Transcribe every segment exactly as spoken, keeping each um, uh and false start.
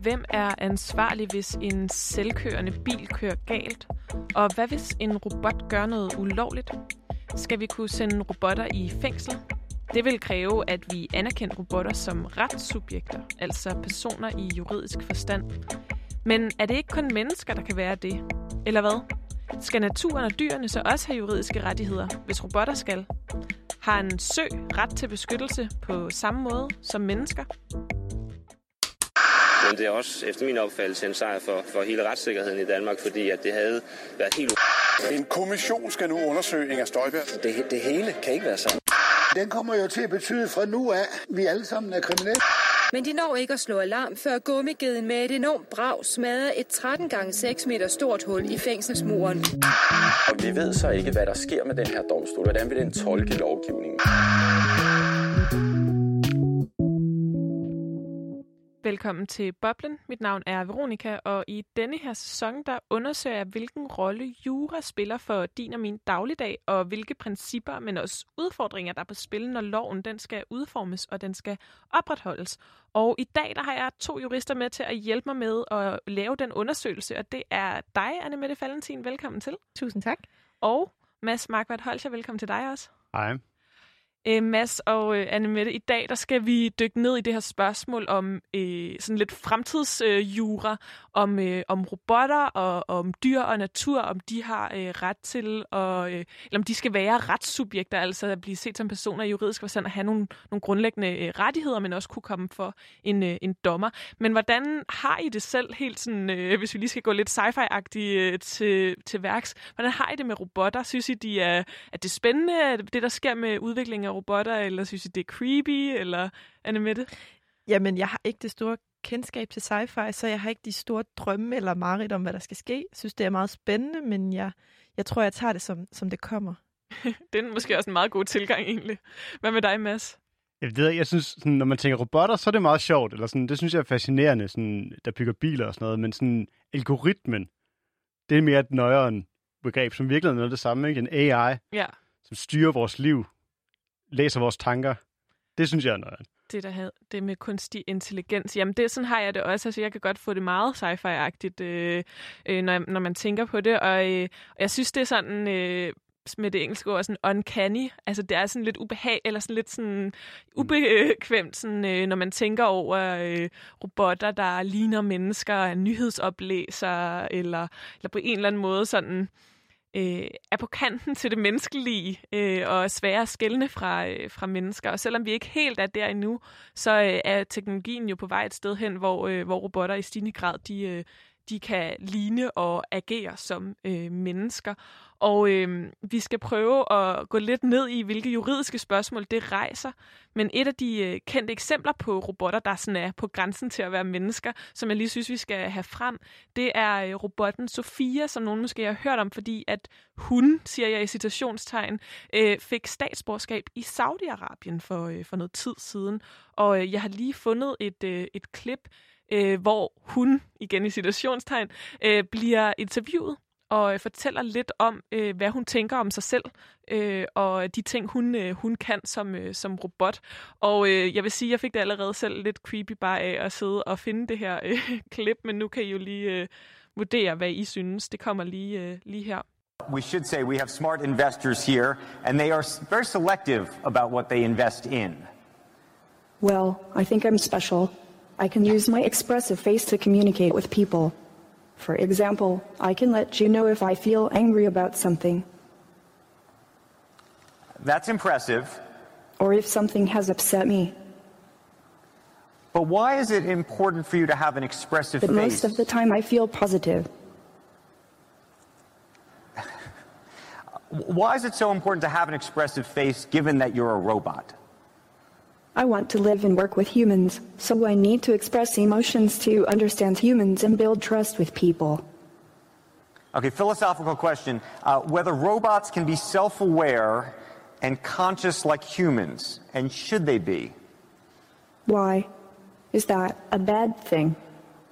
Hvem er ansvarlig, hvis en selvkørende bil kører galt? Og hvad hvis en robot gør noget ulovligt? Skal vi kunne sende robotter i fængsel? Det vil kræve, at vi anerkender robotter som retssubjekter, altså personer i juridisk forstand. Men er det ikke kun mennesker, der kan være det? Eller hvad? Skal naturen og dyrene så også have juridiske rettigheder, hvis robotter skal? Har en sø ret til beskyttelse på samme måde som mennesker? Men det er også efter min opfattelse en sejr for, for hele retssikkerheden i Danmark, fordi at det havde været helt u- En kommission skal nu undersøge Inger Støjberg. det, det hele kan ikke være sådan. Den kommer jo til at betyde fra nu af, at vi alle sammen er kriminelle. Men de når ikke at slå alarm, før gummigeden med et enormt brag smadrer et tretten gange seks meter stort hul i fængselsmuren. Og vi ved så ikke, hvad der sker med den her domstol. Hvordan vil den tolke lovgivningen? Velkommen til Boblen. Mit navn er Veronica, og i denne her sæson, der undersøger jeg, hvilken rolle jura spiller for din og min dagligdag, og hvilke principper, men også udfordringer, der er på spil, når loven den skal udformes, og den skal opretholdes. Og i dag, der har jeg to jurister med til at hjælpe mig med at lave den undersøgelse, og det er dig, Annemette Valentin. Velkommen til. Tusind tak. Og Mads Markvart Holscher, velkommen til dig også. Hej. Øh, Mads og øh, Annemette, i dag der skal vi dykke ned i det her spørgsmål om øh, sådan lidt fremtidsjura, øh, om, øh, om robotter og om dyr og natur, om de har øh, ret til, og, øh, eller om de skal være retssubjekter, altså at blive set som personer i juridisk forstand og have nogle, nogle grundlæggende øh, rettigheder, men også kunne komme for en, øh, en dommer. Men hvordan har I det selv helt sådan, øh, hvis vi lige skal gå lidt sci-fi-agtigt øh, til, til værks, hvordan har I det med robotter? Synes I, de er, at det er spændende, det der sker med udviklingen af robotter, eller synes I, det er creepy, eller Annemette? Jamen, jeg har ikke det store kendskab til sci-fi, så jeg har ikke de store drømme eller mareridt om, hvad der skal ske. Jeg synes, det er meget spændende, men jeg, jeg tror, jeg tager det, som, som det kommer. Det er måske også en meget god tilgang, egentlig. Hvad med dig, Mads? Jeg ved ikke, jeg synes, sådan, når man tænker robotter, så er det meget sjovt, eller sådan, det synes jeg er fascinerende, sådan, der bygger biler og sådan noget, men sådan algoritmen, det er mere et nøjere begreb, som virkelig er noget af det samme, ikke? En A I, ja. som styrer vores liv, læser vores tanker. Det synes jeg er noget. Det der havde det med kunstig intelligens. Jamen det sådan har jeg det også. Altså jeg kan godt få det meget sci-fi-agtigt, øh, øh, når, når man tænker på det. Og, øh, og jeg synes det er sådan øh, med det engelske ord sådan uncanny. Altså det er sådan lidt ubehag eller sådan lidt sådan ubekvemt, sådan, øh, når man tænker over øh, robotter, der ligner mennesker, nyhedsoplæser eller eller på en eller anden måde sådan. Øh, er på kanten til det menneskelige øh, og er svære at skelne fra, øh, fra mennesker. Og selvom vi ikke helt er der endnu, så øh, er teknologien jo på vej et sted hen, hvor, øh, hvor robotter i stigende grad de, øh, de kan ligne og agere som øh, mennesker. Og øh, vi skal prøve at gå lidt ned i, hvilke juridiske spørgsmål det rejser. Men et af de øh, kendte eksempler på robotter, der sådan er på grænsen til at være mennesker, som jeg lige synes, vi skal have frem, det er øh, robotten Sofia, som nogen måske har hørt om, fordi at hun, siger jeg i citationstegn, øh, fik statsborgerskab i Saudi-Arabien for, øh, for noget tid siden. Og øh, jeg har lige fundet et, øh, et klip, øh, hvor hun, igen i citationstegn, øh, bliver interviewet og fortæller lidt om, øh, hvad hun tænker om sig selv, øh, og de ting, hun, øh, hun kan som, øh, som robot. Og øh, jeg vil sige, jeg fik det allerede selv lidt creepy bare af at sidde og finde det her øh, klip, men nu kan I jo lige øh, vurdere, hvad I synes. Det kommer lige, øh, lige her. We should say we have smart investors here, and they are very selective about what they invest in. Well, I think I'm special. I can use my expressive face to communicate with people. For example, I can let you know if I feel angry about something. That's impressive. Or if something has upset me. But why is it important for you to have an expressive but face? Most of the time I feel positive. Why is it so important to have an expressive face given that you're a robot? I want to live and work with humans, so I need to express emotions to understand humans and build trust with people. Okay, philosophical question. Uh, whether robots can be self-aware and conscious like humans, and should they be? Why? Is that a bad thing?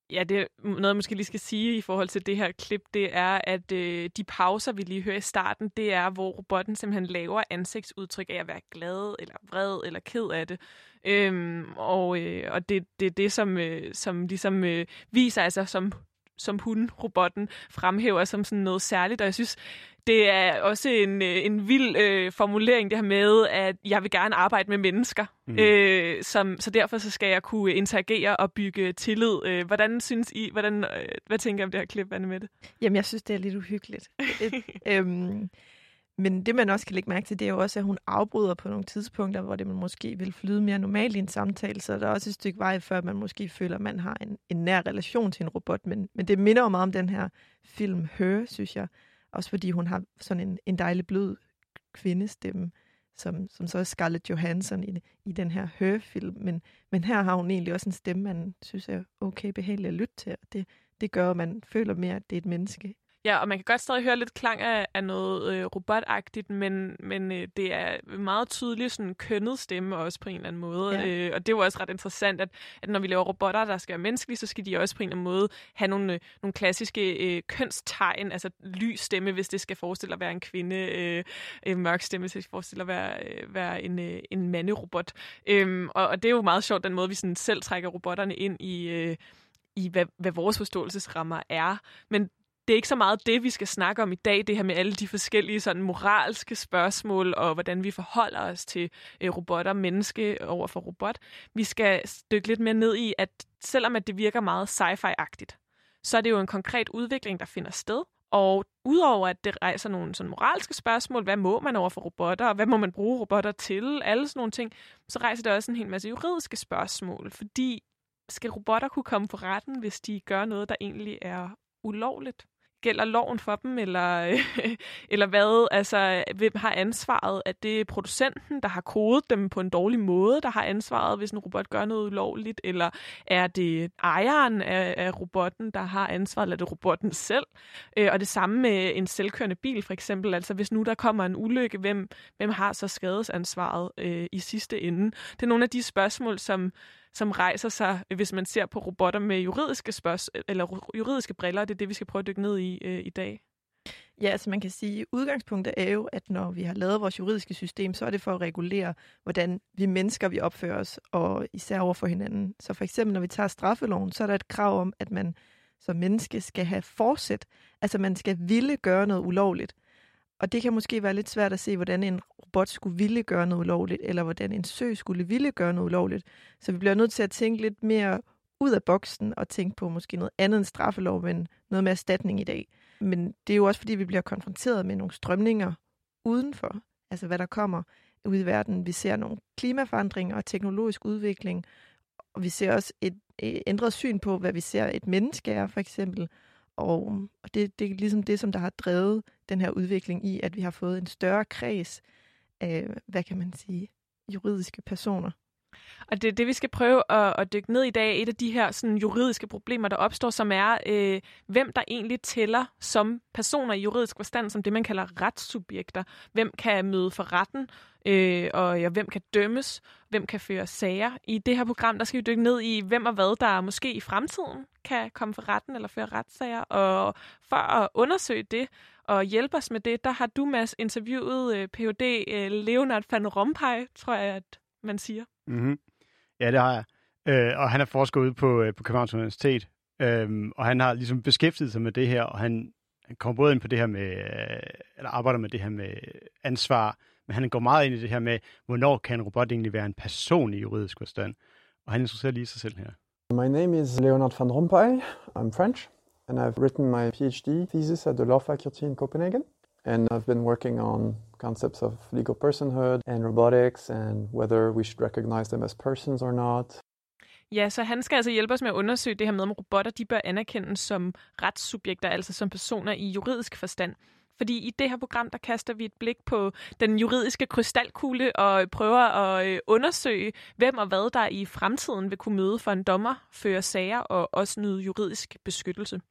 Ja, det er noget, jeg måske lige skal sige i forhold til det her klip, det er, at øh, de pauser, vi lige hører i starten, det er, hvor robotten simpelthen laver ansigtsudtryk af at være glad, eller vred, eller ked af det. Øhm, og øh, og det, det er det, som, øh, som ligesom øh, viser, altså som, som hun, robotten, fremhæver som sådan noget særligt. Og jeg synes, det er også en, en vild øh, formulering, det her med, at jeg vil gerne arbejde med mennesker. Mm. Øh, som, så derfor så skal jeg kunne interagere og bygge tillid. Øh, hvordan synes I, hvordan, øh, hvad tænker I om det her klip, Anne-Mette? Jamen, jeg synes, det er lidt uhyggeligt. Et, øhm, men det, man også kan lægge mærke til, det er jo også, at hun afbryder på nogle tidspunkter, hvor det man måske vil flyde mere normalt i en samtale. Så der er også et stykke vej, før man måske føler, at man har en, en nær relation til en robot. Men, men det minder jo meget om den her film Her, synes jeg. Også fordi hun har sådan en, en dejlig blød kvindestemme, som, som så er Scarlett Johansson i, i den her Her-film. Men, men her har hun egentlig også en stemme, man synes er okay behagelig at lytte til. Og det, det gør, at man føler mere, at det er et menneske. Ja, og man kan godt stadig høre lidt klang af, af noget øh, robotagtigt, men, men øh, det er meget tydeligt sådan kønnet stemme også på en eller anden måde. Ja. Øh, og det er jo også ret interessant, at, at når vi laver robotter, der skal være menneskelige, så skal de også på en eller anden måde have nogle, øh, nogle klassiske øh, kønstegn, altså lys stemme, hvis det skal forestille at være en kvinde, øh, øh, mørk stemme, hvis det skal forestille at være, øh, være en, øh, en manderobot. Øh, og, og det er jo meget sjovt, den måde, vi sådan selv trækker robotterne ind i, øh, i hvad, hvad vores forståelsesrammer er. Men det er ikke så meget det, vi skal snakke om i dag, det her med alle de forskellige sådan moralske spørgsmål, og hvordan vi forholder os til øh, robotter, menneske over for robot. Vi skal dykke lidt mere ned i, at selvom at det virker meget sci-fi-agtigt, så er det jo en konkret udvikling, der finder sted. Og udover at det rejser nogle sådan moralske spørgsmål, hvad må man over for robotter, og hvad må man bruge robotter til, alle sådan nogle ting, så rejser det også en hel masse juridiske spørgsmål, fordi skal robotter kunne komme for retten, hvis de gør noget, der egentlig er ulovligt? Gælder loven for dem, eller, eller hvad? Altså, hvem har ansvaret? Er det producenten, der har kodet dem på en dårlig måde, der har ansvaret, hvis en robot gør noget ulovligt? Eller er det ejeren af, af robotten, der har ansvaret, eller er det robotten selv? Øh, og det samme med en selvkørende bil, for eksempel. Altså, hvis nu der kommer en ulykke, hvem, hvem har så skadesansvaret øh, i sidste ende? Det er nogle af de spørgsmål, som som rejser sig, hvis man ser på robotter med juridiske spørgsmål, eller juridiske briller. Det er det, vi skal prøve at dykke ned i øh, i dag. Ja, altså man kan sige, at udgangspunktet er jo, at når vi har lavet vores juridiske system, så er det for at regulere, hvordan vi mennesker vi opfører os, og især over for hinanden. Så for eksempel, når vi tager straffeloven, så er der et krav om, at man som menneske skal have forsæt. Altså man skal ville gøre noget ulovligt. Og det kan måske være lidt svært at se, hvordan en robot skulle ville gøre noget ulovligt, eller hvordan en sø skulle ville gøre noget ulovligt. Så vi bliver nødt til at tænke lidt mere ud af boksen, og tænke på måske noget andet end straffelov, men noget med erstatning i dag. Men det er jo også, fordi vi bliver konfronteret med nogle strømninger udenfor, altså hvad der kommer ud i verden. Vi ser nogle klimaforandringer og teknologisk udvikling, og vi ser også et, et ændret syn på, hvad vi ser et menneske er, for eksempel. Og det, det er ligesom det, som der har drevet den her udvikling i, at vi har fået en større kreds af, hvad kan man sige, juridiske personer. Og det er det, vi skal prøve at, at dykke ned i dag. Et af de her sådan, juridiske problemer, der opstår, som er, øh, hvem der egentlig tæller som personer i juridisk forstand, som det, man kalder retssubjekter. Hvem kan møde for retten, øh, og ja, hvem kan dømmes, hvem kan føre sager. I det her program, der skal vi dykke ned i, hvem og hvad, der måske i fremtiden kan komme for retten eller føre retssager. Og for at undersøge det og hjælpe os med det, der har du, Mads, interviewet øh, P H D øh, Leonard van Rompuy, tror jeg, at man siger. Mm-hmm. Ja, det har jeg. Øh, og han er forsker ude på, øh, på Københavns Universitet, øh, og han har ligesom beskæftiget sig med det her, og han, han kommer både ind på det her med, øh, eller arbejder med det her med ansvar, men han går meget ind i det her med, hvornår kan en robot egentlig være en person i juridisk forstand. Og han interesserer lige sig selv her. My name is Leonard van Rompuy. I'm French, and I've written my PhD thesis at the Law Faculty in Copenhagen. And I've been working on concepts of legal personhood and robotics and whether we should recognize them as persons or not. Ja, så han skal altså hjælpe os med at undersøge det her med, om robotter de bør anerkendes som retssubjekter, altså som personer i juridisk forstand. Fordi i det her program, der kaster vi et blik på den juridiske krystalkugle og prøver at undersøge, hvem og hvad der i fremtiden vil kunne møde for en dommer, føre sager og også nyde juridisk beskyttelse.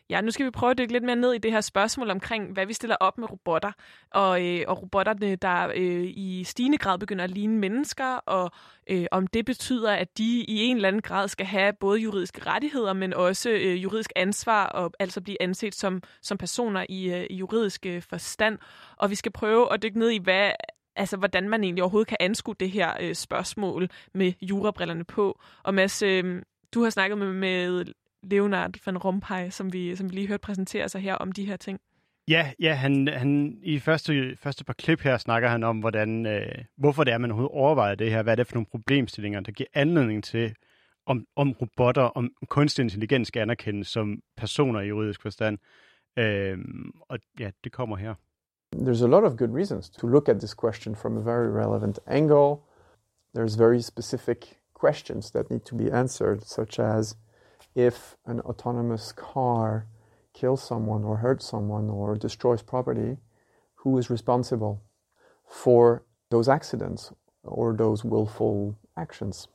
Ja, nu skal vi prøve at dykke lidt mere ned i det her spørgsmål omkring, hvad vi stiller op med robotter. Og, øh, og robotterne, der øh, i stigende grad begynder at ligne mennesker, og øh, om det betyder, at de i en eller anden grad skal have både juridiske rettigheder, men også øh, juridisk ansvar, og altså blive anset som, som personer i, øh, i juridisk øh, forstand. Og vi skal prøve at dykke ned i, hvad, altså, hvordan man egentlig overhovedet kan anskue det her øh, spørgsmål med jurabrillerne på. Og Mads, øh, du har snakket med, med Leonard van Rompuy, som vi, som vi lige hørte præsentere sig her om de her ting. Ja, ja han, han, i første, første par klip her snakker han om, hvordan, øh, hvorfor det er, man overhovedet overvejer det her. Hvad er det for nogle problemstillinger, der giver anledning til, om, om robotter, om kunstig intelligens skal anerkendes som personer i juridisk forstand. Øh, og ja, det kommer her. There's a lot of good reasons to look at this question from a very relevant angle. There's very specific questions that need to be answered, such as if an autonomous car kills someone or hurts someone or destroys property, who is responsible for those accidents or those willful actions?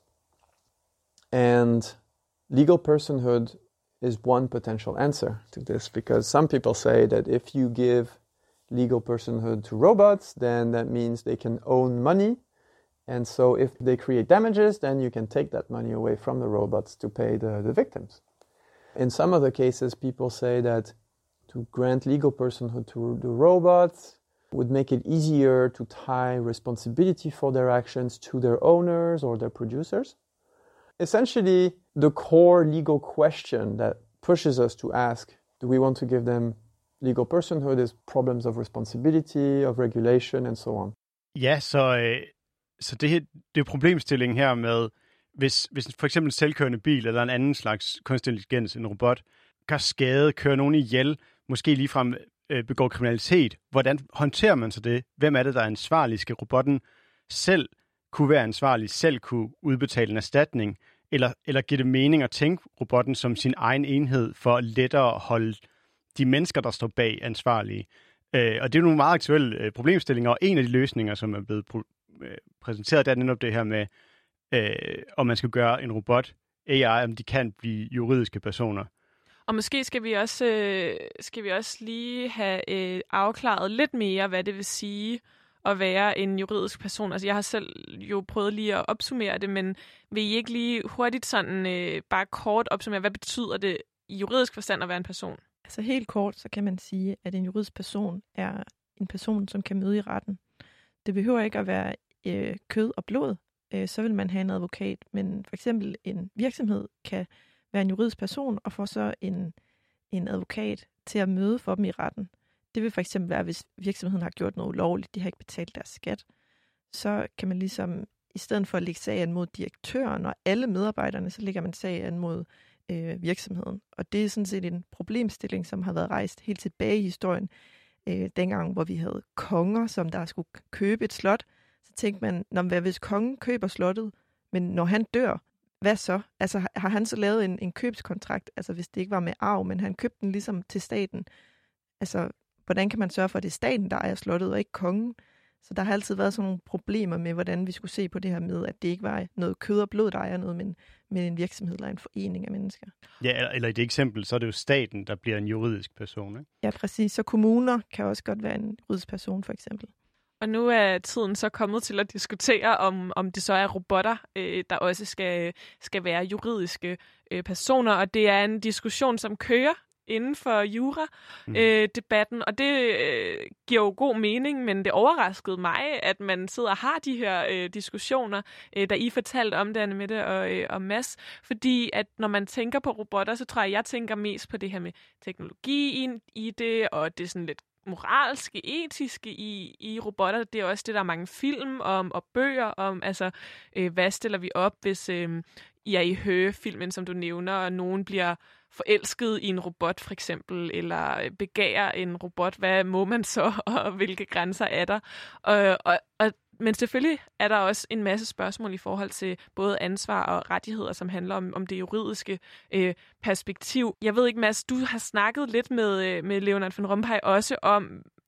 And legal personhood is one potential answer to this, because some people say that if you give legal personhood to robots, then that means they can own money. And so if they create damages, then you can take that money away from the robots to pay the, the victims. In some other cases, people say that to grant legal personhood to the robots would make it easier to tie responsibility for their actions to their owners or their producers. Essentially, the core legal question that pushes us to ask, do we want to give them legal personhood, is problems of responsibility, of regulation, and so on. Ja, så, øh, så det, her, det er problemstillingen her med, hvis, hvis for eksempel en selvkørende bil eller en anden slags kunstig intelligens, en robot, gør skade, kører nogen ihjel, måske ligefrem øh, begår kriminalitet, hvordan håndterer man så det? Hvem er det, der er ansvarlig? Skal robotten selv kunne være ansvarlig, selv kunne udbetale en erstatning, eller, eller giver det mening at tænke robotten som sin egen enhed for lettere at holde de mennesker, der står bag, ansvarlige? Øh, og det er nogle meget aktuelle øh, problemstillinger, og en af de løsninger, som er blevet pr- øh, præsenteret, det er netop det her med, øh, om man skal gøre en robot, A I, om de kan blive juridiske personer. Og måske skal vi også, øh, skal vi også lige have øh, afklaret lidt mere, hvad det vil sige at være en juridisk person. Altså, jeg har selv jo prøvet lige at opsummere det, men vil I ikke lige hurtigt sådan øh, bare kort opsummere, hvad betyder det i juridisk forstand at være en person? Altså helt kort, så kan man sige, at en juridisk person er en person, som kan møde i retten. Det behøver ikke at være øh, kød og blod, øh, så vil man have en advokat, men for eksempel en virksomhed kan være en juridisk person og få så en, en advokat til at møde for dem i retten. Det vil for eksempel være, hvis virksomheden har gjort noget ulovligt, de har ikke betalt deres skat, så kan man ligesom, i stedet for at lægge sag an mod direktøren og alle medarbejderne, så lægger man sag an mod øh, virksomheden. Og det er sådan set en problemstilling, som har været rejst helt tilbage i historien. Øh, dengang, hvor vi havde konger, som der skulle købe et slot, så tænkte man, når, hvis kongen køber slottet, men når han dør, hvad så? Altså har han så lavet en, en købskontrakt, altså hvis det ikke var med arv, men han købte den ligesom til staten. Altså, hvordan kan man sørge for, at det er staten, der ejer slottet, og ikke kongen? Så der har altid været sådan nogle problemer med, hvordan vi skulle se på det her med, at det ikke var noget kød og blod, der ejer noget, men, men en virksomhed eller en forening af mennesker. Ja, eller, eller i det eksempel, så er det jo staten, der bliver en juridisk person, ikke? Ja, præcis. Så kommuner kan også godt være en juridisk person, for eksempel. Og nu er tiden så kommet til at diskutere, om, om det så er robotter, øh, der også skal, skal være juridiske øh, personer. Og det er en diskussion, som kører inden for jura-debatten, mm. øh, og det øh, giver jo god mening, men det overraskede mig, at man sidder og har de her øh, diskussioner, øh, da I fortalte om det, Annemette og, øh, og Mads, fordi at når man tænker på robotter, så tror jeg, jeg tænker mest på det her med teknologi i, i det, og det er sådan lidt moralske, etiske i, i robotter. Det er også det, der er mange film om, og bøger om, altså, øh, hvad stiller vi op, hvis øh, I er i Høge-filmen, som du nævner, og nogen bliver forelsket i en robot, for eksempel, eller begærer en robot. Hvad må man så, og hvilke grænser er der? Og, og, og, men selvfølgelig er der også en masse spørgsmål i forhold til både ansvar og rettigheder, som handler om, om det juridiske øh, perspektiv. Jeg ved ikke, Mads, du har snakket lidt med, med Leonard van Rompuy også om,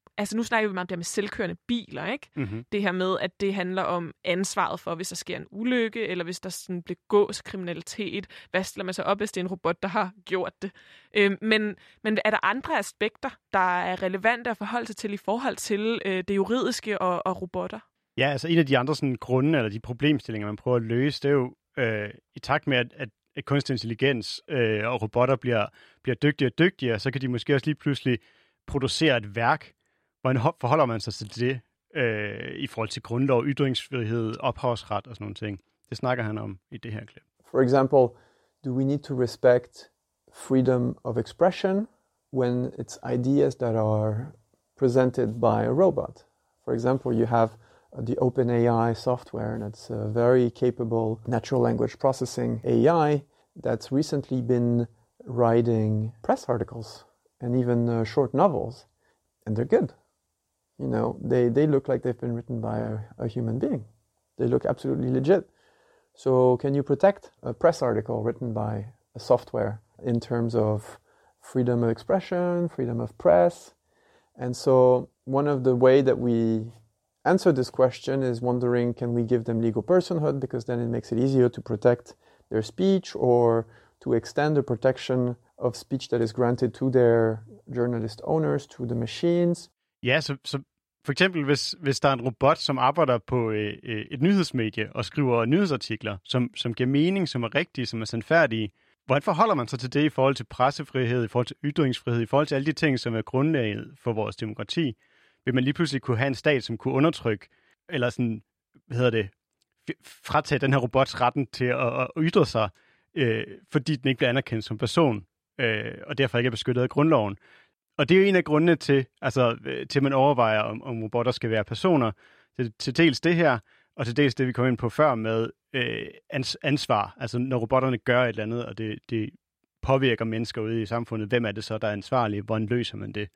altså nu snakker vi meget om det med selvkørende biler, ikke? Mm-hmm. Det her med, at det handler om ansvaret for, hvis der sker en ulykke, eller hvis der sådan begås kriminalitet. Hvad stiller man så op, hvis det er en robot, der har gjort det? Øh, men, men er der andre aspekter, der er relevante at forholde sig til i forhold til øh, det juridiske og, og robotter? Ja, altså en af de andre sådan, grunde, eller de problemstillinger, man prøver at løse, det er jo øh, i takt med, at, at, at kunstig intelligens øh, og robotter bliver, bliver dygtigere og dygtigere, så kan de måske også lige pludselig producere et værk. Hvordan forholder man sig til det øh, i forhold til grundlov, ytringsfrihed, ophavsret og sådan nogle ting? Det snakker han om i det her klip. For example, do we need to respect freedom of expression when it's ideas that are presented by a robot? For example, you have the OpenAI software that's a very capable natural language processing A I that's recently been writing press articles and even uh, short novels, and they're good. You know, they, they look like they've been written by a, a human being. They look absolutely legit. So can you protect a press article written by a software in terms of freedom of expression, freedom of press? And so one of the way that we answer this question is wondering, can we give them legal personhood, because then it makes it easier to protect their speech or to extend the protection of speech that is granted to their journalist owners, to the machines. Ja, så, så for eksempel, hvis, hvis der er en robot, som arbejder på øh, et nyhedsmedie og skriver nyhedsartikler, som, som giver mening, som er rigtige, som er sandfærdige, hvordan forholder man sig til det i forhold til pressefrihed, i forhold til ytringsfrihed, i forhold til alle de ting, som er grundlaget for vores demokrati? Vil man lige pludselig kunne have en stat, som kunne undertrykke, eller sådan, hvad hedder det, fratage den her robots retten til at, at ytre sig, øh, fordi den ikke bliver anerkendt som person, øh, og derfor ikke er beskyttet af grundloven? Og det er jo en af grundene til, altså, til at man overvejer, om, om robotter skal være personer. Til, til dels det her, og til dels det, vi kom ind på før med øh, ans, ansvar. Altså når robotterne gør et eller andet, og det, det påvirker mennesker ude i samfundet, hvem er det så, der er ansvarlig? Hvordan løser man det?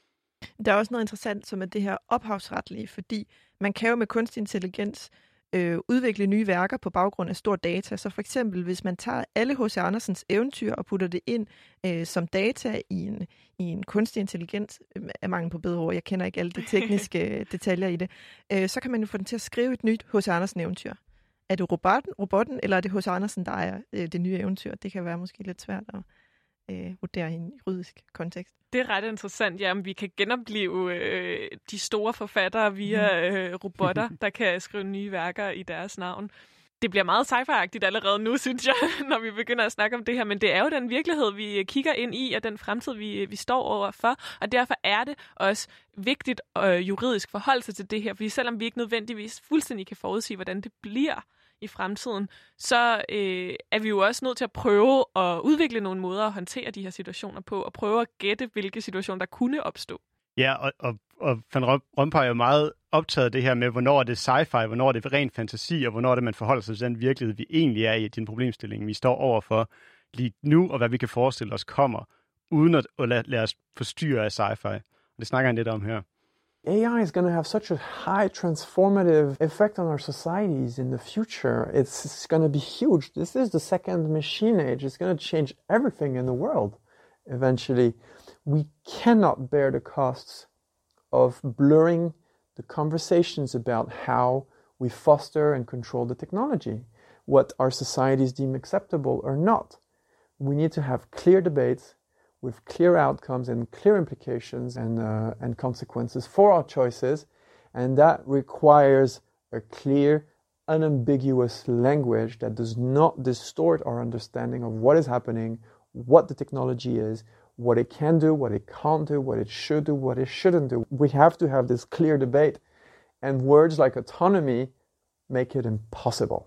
Der er også noget interessant, som er det her ophavsretlige, fordi man kan jo med kunstig intelligens øh, udvikle nye værker på baggrund af stor data. Så for eksempel, hvis man tager alle H C. Andersens eventyr og putter det ind øh, som data i en, i en kunstig intelligens, øh, er mangel på bedre ord, jeg kender ikke alle de tekniske detaljer i det, øh, så kan man jo få den til at skrive et nyt H C. Andersen eventyr. Er det robotten, robotten eller er det H C. Andersen, der er øh, det nye eventyr? Det kan være måske lidt svært at øh, vurdere i en juridisk kontekst. Det er ret interessant, ja, om vi kan genopleve øh, de store forfattere via øh, robotter, der kan skrive nye værker i deres navn. Det bliver meget sci-fi-agtigt allerede nu, synes jeg, når vi begynder at snakke om det her, men det er jo den virkelighed, vi kigger ind i, og den fremtid, vi, vi står overfor, og derfor er det også vigtigt øh, juridisk forholde sig til det her, fordi selvom vi ikke nødvendigvis fuldstændig kan forudsige, hvordan det bliver i fremtiden, så øh, er vi jo også nødt til at prøve at udvikle nogle måder at håndtere de her situationer på, og prøve at gætte, hvilke situationer der kunne opstå. Ja, og, og, og Van Rompuy er jo meget optaget af det her med, hvornår er det sci-fi, hvornår er det ren fantasi, og hvornår er det, man forholder sig til den virkelighed, vi egentlig er i, den problemstilling, vi står overfor lige nu, og hvad vi kan forestille os kommer, uden at, at lade, lade os forstyrre af sci-fi. Og det snakker han lidt om her. A I is going to have such a high transformative effect on our societies in the future. It's, it's going to be huge. This is the second machine age. It's going to change everything in the world eventually. We cannot bear the costs of blurring the conversations about how we foster and control the technology, what our societies deem acceptable or not. We need to have clear debates with clear outcomes and clear implications and, uh, and consequences for our choices, and that requires a clear, unambiguous language that does not distort our understanding of what is happening, what the technology is, what it can do, what it can't do, what it should do, what it shouldn't do. We have to have this clear debate, and words like autonomy make it impossible.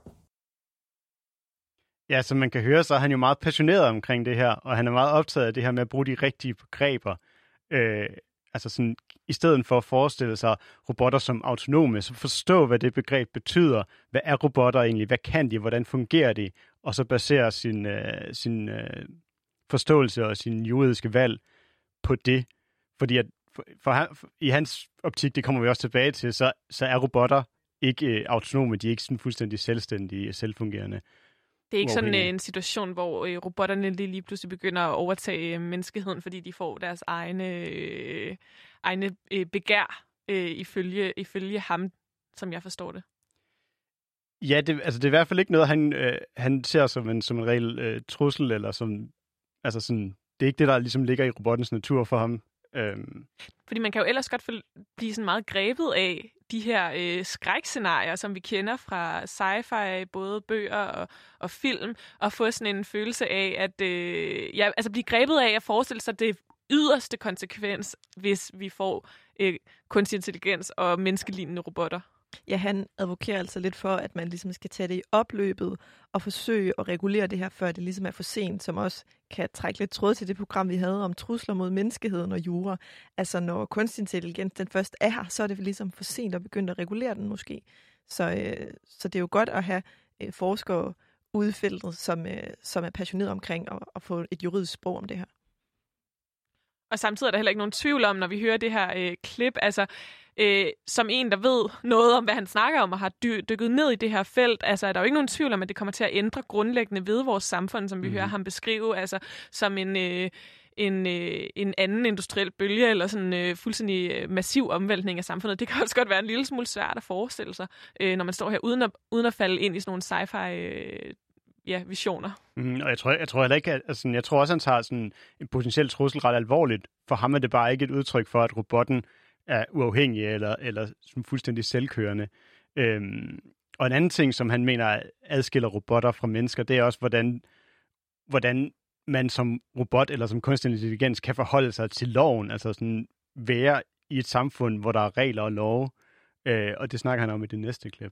Ja, som man kan høre, så er han jo meget passioneret omkring det her, og han er meget optaget af det her med at bruge de rigtige begreber. Øh, altså sådan, i stedet for at forestille sig robotter som autonome, så forstå, hvad det begreb betyder. Hvad er robotter egentlig? Hvad kan de? Hvordan fungerer de? Og så basere sin, øh, sin øh, forståelse og sin juridiske valg på det. Fordi at for, for han, for, i hans optik, det kommer vi også tilbage til, så, så er robotter ikke øh, autonome. De er ikke sådan fuldstændig selvstændige og selvfungerende. Det er ikke sådan en situation, hvor øh, robotterne lige, lige pludselig begynder at overtage menneskeheden, fordi de får deres egne, øh, egne øh, begær, øh, ifølge, ifølge ham, som jeg forstår det. Ja, det, altså det er i hvert fald ikke noget, han, øh, han ser som en, som en reel øh, trussel, eller som, altså sådan, det er ikke det, der ligesom ligger i robottens natur for ham. Øhm. Fordi man kan jo ellers godt blive sådan meget grebet af de her øh, skrækscenarier, som vi kender fra sci-fi, både bøger og, og film, og få sådan en følelse af, at øh, ja, altså blive grebet af at forestille sig det yderste konsekvens, hvis vi får øh, kunstig intelligens og menneskelignende robotter. Ja, han advokerer altså lidt for, at man ligesom skal tage det i opløbet og forsøge at regulere det her, før det ligesom er for sent, som også kan trække lidt tråd til det program, vi havde om trusler mod menneskeheden og jura. Altså når kunstig intelligens den først er her, så er det ligesom for sent at begynde at regulere den måske. Så, øh, så det er jo godt at have øh, forskere ude i feltet, som, øh, som er passionerede omkring at, at få et juridisk sprog om det her. Og samtidig er der heller ikke nogen tvivl om, når vi hører det her øh, klip, altså øh, som en, der ved noget om, hvad han snakker om, og har dy- dykket ned i det her felt, altså er der jo ikke nogen tvivl om, at det kommer til at ændre grundlæggende ved vores samfund, som vi mm. hører ham beskrive, altså som en, øh, en, øh, en anden industriel bølge, eller sådan en øh, fuldstændig massiv omvæltning af samfundet. Det kan også godt være en lille smule svært at forestille sig, øh, når man står her, uden at, uden at falde ind i sådan nogle sci-fi øh, ja, visioner. Mm, og jeg tror, jeg tror heller ikke, at altså, jeg tror også, han tager sådan en potentiel trussel ret alvorligt. For ham er det bare ikke et udtryk for, at robotten er uafhængig eller, eller som fuldstændig selvkørende. Øhm, og en anden ting, som han mener adskiller robotter fra mennesker, det er også, hvordan, hvordan man som robot eller som kunstig intelligens kan forholde sig til loven, altså sådan være i et samfund, hvor der er regler og love. Øh, og det snakker han om i det næste klip.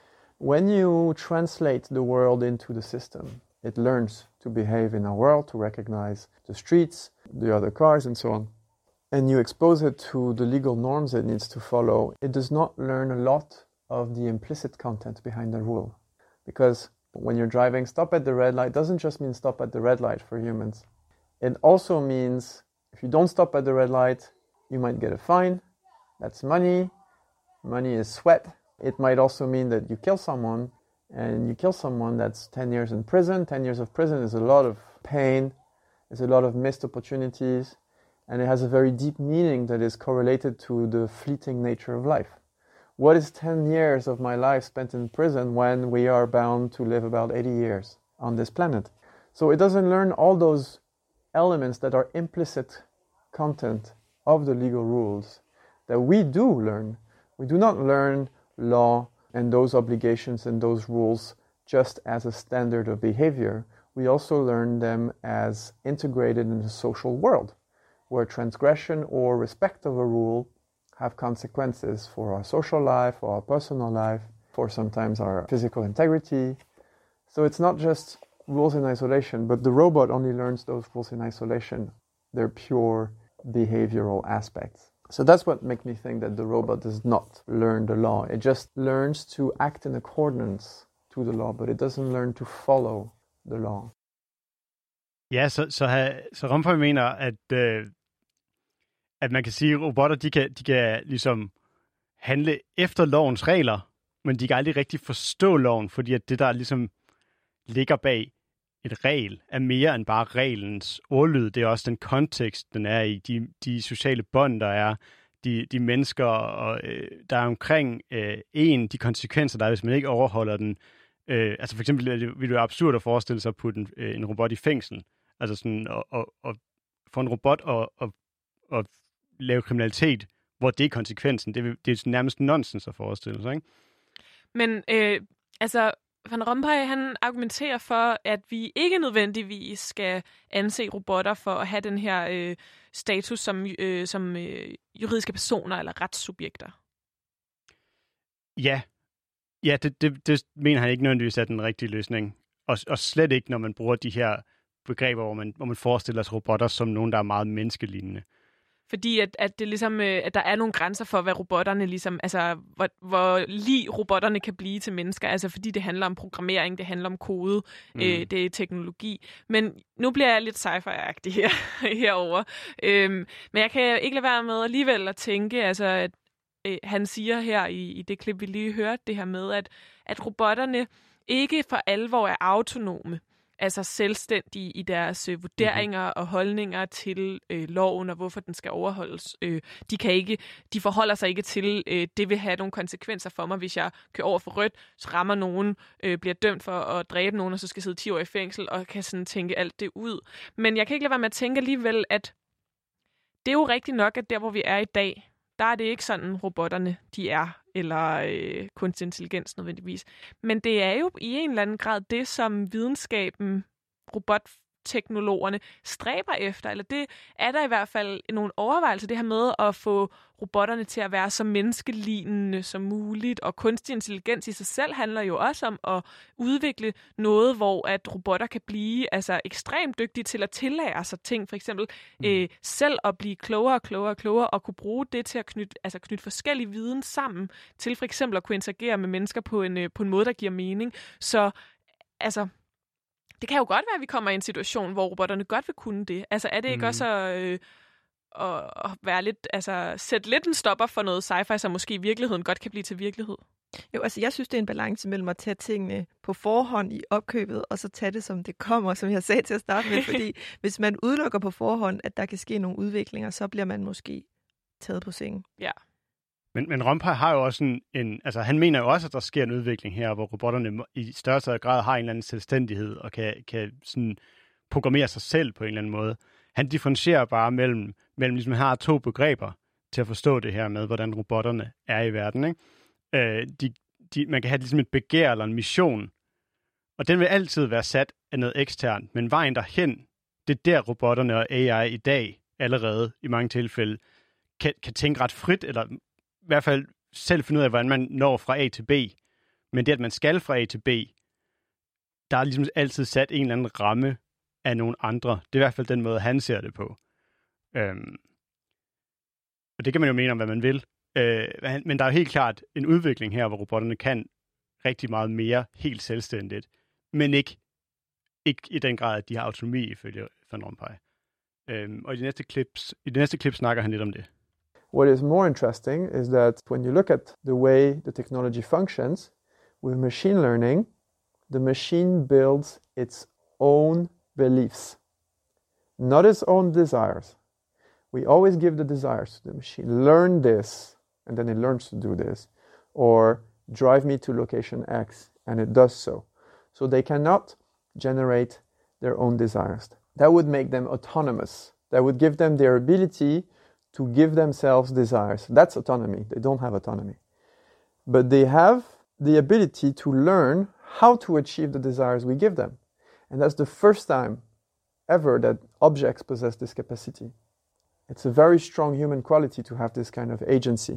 When you translate the world into the system, it learns to behave in our world, to recognize the streets, the other cars, and so on. And you expose it to the legal norms it needs to follow. It does not learn a lot of the implicit content behind the rule. Because when you're driving, stop at the red light doesn't just mean stop at the red light for humans. It also means if you don't stop at the red light, you might get a fine. That's money. Money is sweat. It might also mean that you kill someone, and you kill someone, that's ten years in prison. ten years of prison is a lot of pain, it's a lot of missed opportunities, and it has a very deep meaning that is correlated to the fleeting nature of life. What is ten years of my life spent in prison when we are bound to live about eighty years on this planet? So it doesn't learn all those elements that are implicit content of the legal rules that we do learn. We do not learn law and those obligations and those rules just as a standard of behavior. We also learn them as integrated in the social world, where transgression or respect of a rule have consequences for our social life, for our personal life, for sometimes our physical integrity. So it's not just rules in isolation, but the robot only learns those rules in isolation. They're pure behavioral aspects. So that's what makes me think that the robot does not learn the law. It just learns to act in accordance to the law, but it doesn't learn to follow the law. Ja, så, så, så Rompuy mener, at, øh, at man kan sige, at robotter de kan, de kan ligesom handle efter lovens regler, men de kan aldrig rigtig forstå loven, fordi at det, der ligesom ligger bag et regel, er mere end bare reglens ordlyd. Det er også den kontekst, den er i, de, de sociale bånd, der er, de, de mennesker, og, øh, der er omkring øh, en, de konsekvenser, der er, hvis man ikke overholder den. Øh, altså for eksempel vil det være absurd at forestille sig at putte en, øh, en robot i fængsel. Altså sådan, og, og, og for en robot at, at, at lave kriminalitet, hvor det er konsekvensen, det, det er nærmest nonsens at forestille sig, ikke? Men øh, altså, Van Rompuy, han argumenterer for, at vi ikke nødvendigvis skal anse robotter for at have den her øh, status som, øh, som øh, juridiske personer eller retssubjekter. Ja, ja det, det, det mener han ikke nødvendigvis er den rigtige løsning. Og, og slet ikke, når man bruger de her begreber, hvor man, hvor man forestiller sig robotter som nogen, der er meget menneskelignende. Fordi at, at, det ligesom, at der er nogle grænser for, hvad robotterne ligesom, altså hvor, hvor lige robotterne kan blive til mennesker, altså fordi det handler om programmering, det handler om kode, mm. øh, det er teknologi. Men nu bliver jeg lidt sci-fi-agtig her, herovre. Øhm, men jeg kan ikke lade være med alligevel at tænke, altså at øh, han siger her i, i det klip, vi lige hørte, det her med, at, at robotterne ikke for alvor er autonome. altså selvstændige i deres øh, vurderinger mm-hmm. og holdninger til øh, loven og hvorfor den skal overholdes. Øh, de kan ikke, de forholder sig ikke til, øh, det vil have nogle konsekvenser for mig, hvis jeg kører over for rødt, så rammer nogen, øh, bliver dømt for at dræbe nogen, og så skal sidde ti år i fængsel, og kan sådan tænke alt det ud. Men jeg kan ikke lade være med at tænke alligevel, at det er jo rigtigt nok, at der, hvor vi er i dag, der er det ikke sådan, robotterne de er, eller øh, kunstig intelligens nødvendigvis. Men det er jo i en eller anden grad det, som videnskaben, robotteknologerne stræber efter. Eller det er der i hvert fald nogle overvejelser, det her med at få robotterne til at være så menneskelignende som muligt. Og kunstig intelligens i sig selv handler jo også om at udvikle noget, hvor at robotter kan blive altså, ekstremt dygtige til at tillære sig ting. For eksempel mm. øh, selv at blive klogere og klogere og klogere, og kunne bruge det til at knytte, altså knytte forskellige viden sammen, til for eksempel at kunne interagere med mennesker på en, øh, på en måde, der giver mening. Så altså... Det kan jo godt være, at vi kommer i en situation, hvor robotterne godt vil kunne det. Altså er det ikke mm. også at, øh, at være lidt, altså sætte lidt en stopper for noget sci-fi, som måske i virkeligheden godt kan blive til virkelighed? Jo, altså jeg synes, det er en balance mellem at tage tingene på forhånd i opkøbet, og så tage det, som det kommer, som jeg sagde til at starte med. Fordi hvis man udelukker på forhånd, at der kan ske nogle udviklinger, så bliver man måske taget på sengen. Ja. Men, men Rompuy har jo også en, en... Altså, han mener jo også, at der sker en udvikling her, hvor robotterne i større grad har en eller anden selvstændighed og kan, kan sådan programmere sig selv på en eller anden måde. Han differentierer bare mellem, mellem ligesom han har to begreber til at forstå det her med, hvordan robotterne er i verden, ikke? Øh, de, de, man kan have ligesom et begær eller en mission, og den vil altid være sat af noget eksternt, men vejen derhen, det er der robotterne og A I i dag allerede i mange tilfælde kan, kan tænke ret frit, eller i hvert fald selv finde ud af, hvordan man når fra A til B. Men det, at man skal fra A til B, der er ligesom altid sat en eller anden ramme af nogle andre. Det er i hvert fald den måde, han ser det på. Øhm, og det kan man jo mene om, hvad man vil. Øh, men der er jo helt klart en udvikling her, hvor robotterne kan rigtig meget mere helt selvstændigt, men ikke, ikke i den grad, at de har autonomi ifølge Van Rompuy. Øhm, og i de næste clips, i de næste klip snakker han lidt om det. What is more interesting is that when you look at the way the technology functions, with machine learning, the machine builds its own beliefs, not its own desires. We always give the desires to the machine. Learn this, and then it learns to do this. Or drive me to location X, and it does so. So they cannot generate their own desires. That would make them autonomous. That would give them their ability to give themselves desires. That's autonomy. They don't have autonomy. But they have the ability to learn how to achieve the desires we give them. And that's the first time ever that objects possess this capacity. It's a very strong human quality to have this kind of agency.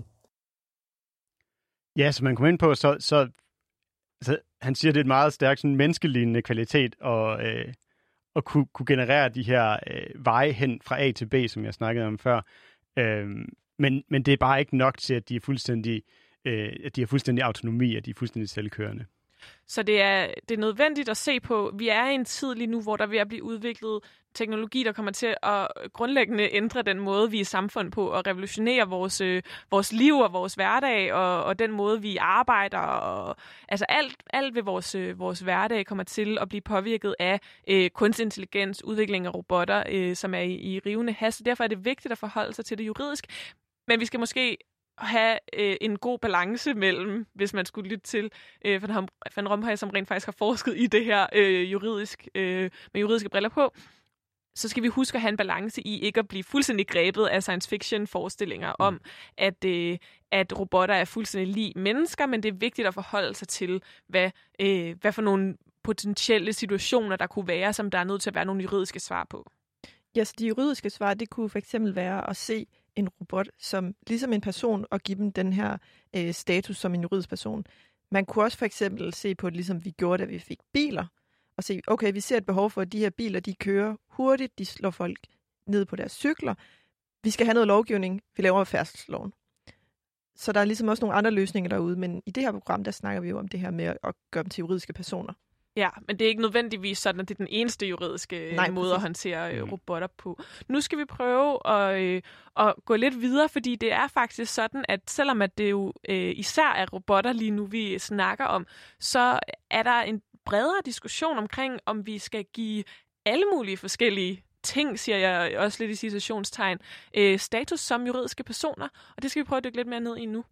Ja, som man kommer ind på, så, så, så han siger, det er et meget stærkt sådan, menneskelignende kvalitet og øh, at kunne, kunne generere de her øh, veje hen fra A til B, som jeg snakkede om før. Øh, men, men det er bare ikke nok til, at de er fuldstændig, øh, at de har fuldstændig autonomi, at de er fuldstændig selvkørende. Så det er, det er nødvendigt at se på, vi er i en tid lige nu, hvor der er ved at blive udviklet teknologi, der kommer til at grundlæggende ændre den måde, vi er samfund på, og revolutionere vores, øh, vores liv og vores hverdag, og, og den måde, vi arbejder. Og, altså alt, alt ved vores, øh, vores hverdag kommer til at blive påvirket af øh, kunstig intelligens, udvikling af robotter, øh, som er i, i rivende hast. Derfor er det vigtigt at forholde sig til det juridisk. Men vi skal måske have øh, en god balance mellem, hvis man skulle lytte til øh, Van Rompuy, som rent faktisk har forsket i det her øh, juridisk, øh, med juridiske briller på, så skal vi huske at have en balance i ikke at blive fuldstændig grebet af science fiction forestillinger mm. om, at, øh, at robotter er fuldstændig lig mennesker, men det er vigtigt at forholde sig til, hvad, øh, hvad for nogle potentielle situationer, der kunne være, som der er nødt til at være nogle juridiske svar på. Ja, så de juridiske svar, det kunne for eksempel være at se en robot som ligesom en person og give dem den her øh, status som en juridisk person. Man kunne også for eksempel se på det, ligesom vi gjorde, da vi fik biler, og se, okay, vi ser et behov for, at de her biler, de kører hurtigt, de slår folk ned på deres cykler. Vi skal have noget lovgivning, vi laver færdselsloven. Så der er ligesom også nogle andre løsninger derude, men i det her program, der snakker vi jo om det her med at gøre dem til juridiske personer. Ja, men det er ikke nødvendigvis sådan, at det er den eneste juridiske Nej, måde præcis. At håndtere øh, robotter på. Nu skal vi prøve at, øh, at gå lidt videre, fordi det er faktisk sådan, at selvom at det jo øh, især er robotter lige nu, vi snakker om, så er der en bredere diskussion omkring, om vi skal give alle mulige forskellige ting, siger jeg også lidt i citationstegn, øh, status som juridiske personer, og det skal vi prøve at dykke lidt mere ned i nu.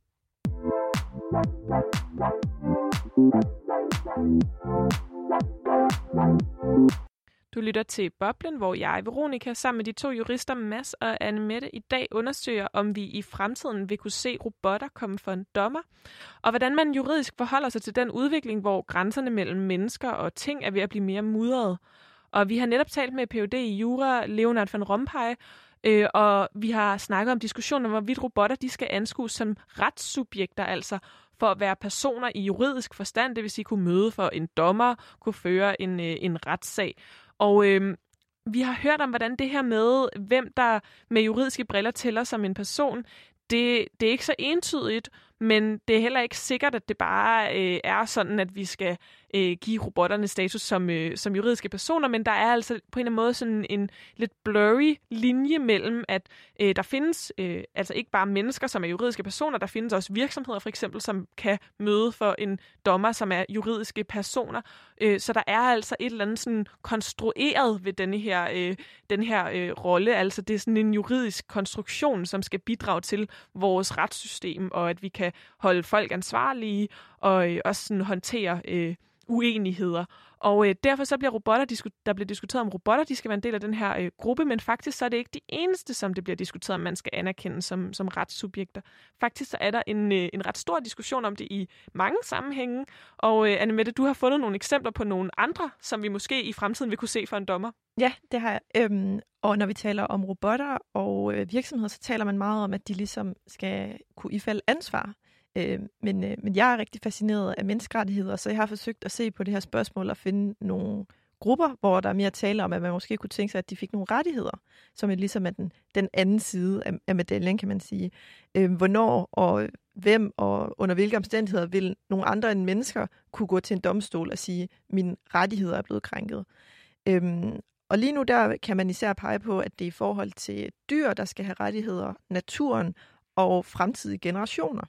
Du lytter til Boblen, hvor jeg, Veronica, sammen med de to jurister Mads og Anne-Mette, i dag undersøger, om vi i fremtiden vil kunne se robotter komme for en dommer, og hvordan man juridisk forholder sig til den udvikling, hvor grænserne mellem mennesker og ting er ved at blive mere mudrede. Og vi har netop talt med P H D i Jura, Leonard van Rompuy, øh, og vi har snakket om diskussionen om, hvorvidt robotter de skal anskues som retssubjekter, altså for at være personer i juridisk forstand, det vil sige kunne møde for en dommer, kunne føre en, øh, en retssag. Og øh, vi har hørt om, hvordan det her med, hvem der med juridiske briller tæller som en person, det, det er ikke så entydigt, men det er heller ikke sikkert, at det bare øh, er sådan, at vi skal øh, give robotterne status som, øh, som juridiske personer, men der er altså på en eller anden måde sådan en lidt blurry linje mellem, at øh, der findes øh, altså ikke bare mennesker, som er juridiske personer, der findes også virksomheder for eksempel, som kan møde for en dommer, som er juridiske personer. Øh, så der er altså et eller andet sådan konstrueret ved denne her, øh, den her øh, rolle, altså det er sådan en juridisk konstruktion, som skal bidrage til vores retssystem, og at vi kan holde folk ansvarlige og øh, også sådan håndtere øh, uenigheder. Og øh, derfor så bliver robotter, disku- der bliver diskuteret om robotter, de skal være en del af den her øh, gruppe, men faktisk så er det ikke de eneste, som det bliver diskuteret, om man skal anerkende som, som retssubjekter. Faktisk så er der en, øh, en ret stor diskussion om det i mange sammenhænge. Og øh, Anne-Mette, du har fundet nogle eksempler på nogle andre, som vi måske i fremtiden vil kunne se for en dommer. Ja, det har jeg. Øhm, og når vi taler om robotter og øh, virksomheder, så taler man meget om, at de ligesom skal kunne ifalde ansvar. Øh, men, øh, men jeg er rigtig fascineret af menneskerettigheder, så jeg har forsøgt at se på det her spørgsmål og finde nogle grupper, hvor der er mere tale om, at man måske kunne tænke sig, at de fik nogle rettigheder, som er ligesom er den, den anden side af, af medaljen, kan man sige. Øh, hvornår og hvem og under hvilke omstændigheder vil nogle andre end mennesker kunne gå til en domstol og sige, at mine rettigheder er blevet krænket. Øh, og lige nu der kan man især pege på, at det er i forhold til dyr, der skal have rettigheder, naturen og fremtidige generationer.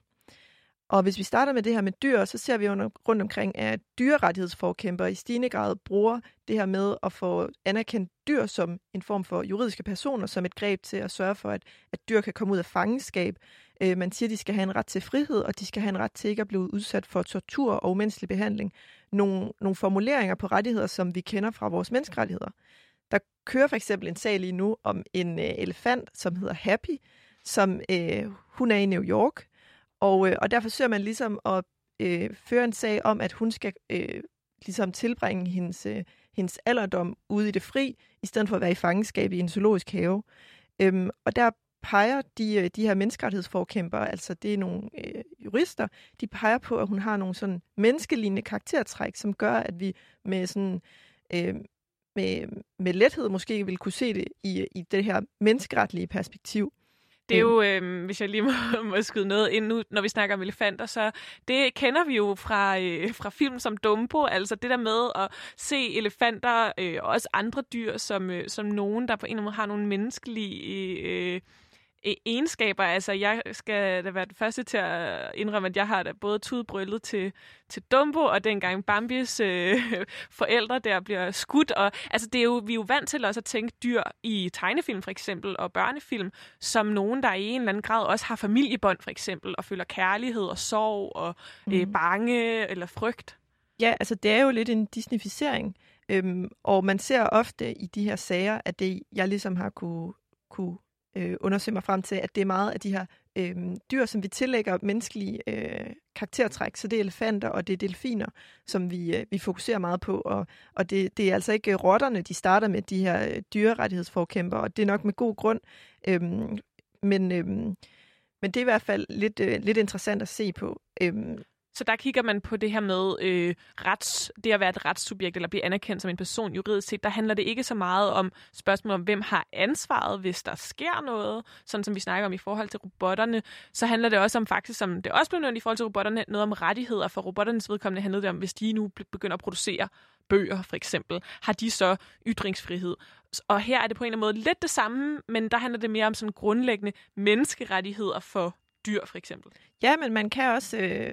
Og hvis vi starter med det her med dyr, så ser vi jo rundt omkring, at dyrerettighedsforkæmpere i stigende grad bruger det her med at få anerkendt dyr som en form for juridiske personer, som et greb til at sørge for, at, at dyr kan komme ud af fangenskab. Øh, man siger, at de skal have en ret til frihed, og de skal have en ret til ikke at blive udsat for tortur og umenneskelig behandling. Nogle, nogle formuleringer på rettigheder, som vi kender fra vores menneskerettigheder. Der kører for eksempel en sag lige nu om en øh, elefant, som hedder Happy, som øh, hun er i New York. Og, øh, og derfor søger man ligesom at øh, føre en sag om, at hun skal øh, ligesom tilbringe hendes, øh, hendes alderdom ude i det fri, i stedet for at være i fangenskab i en zoologisk have. Øhm, og der peger de, de her menneskerettighedsforkæmpere, altså det er nogle øh, jurister, de peger på, at hun har nogle sådan menneskelignende karaktertræk, som gør, at vi med sådan øh, med, med lethed måske vil kunne se det i, i det her menneskeretlige perspektiv. Det er jo, øh, hvis jeg lige må, må skyde noget ind nu, når vi snakker om elefanter, så det kender vi jo fra, øh, fra film som Dumbo, altså det der med at se elefanter øh, og også andre dyr som, øh, som nogen, der på en eller anden måde har nogle menneskelige øh, egenskaber. Altså jeg skal da være den første til at indrømme, at jeg har da både tudbrøllet til, til Dumbo, og dengang Bambis øh, forældre der bliver skudt. Og, altså det er jo, vi er jo vant til også at tænke dyr i tegnefilm for eksempel, og børnefilm, som nogen, der i en eller anden grad også har familiebånd for eksempel, og føler kærlighed og sorg og mm. øh, bange eller frygt. Ja, altså det er jo lidt en disnificering, øhm, og man ser ofte i de her sager, at det jeg ligesom har kunne, kunne Øh, undersøge mig frem til, at det er meget af de her øh, dyr, som vi tillægger menneskelige øh, karaktertræk. Så det er elefanter, og det er delfiner, som vi, øh, vi fokuserer meget på. Og, og det, det er altså ikke rotterne, de starter med, de her øh, dyrerettighedsforkæmpere, og det er nok med god grund. Øh, men, øh, men det er i hvert fald lidt, øh, lidt interessant at se på. Øh, Så der kigger man på det her med øh, rets, det at være et retssubjekt eller blive anerkendt som en person juridisk set. Der handler det ikke så meget om spørgsmålet om, hvem har ansvaret, hvis der sker noget, sådan som vi snakker om i forhold til robotterne. Så handler det også om faktisk, som det også blev nævnt i forhold til robotterne, noget om rettigheder. For robotternes vedkommende handlede det om, hvis de nu begynder at producere bøger for eksempel, har de så ytringsfrihed. Og her er det på en eller anden måde lidt det samme, men der handler det mere om sådan grundlæggende menneskerettigheder for dyr for eksempel. Ja, men man kan også... Øh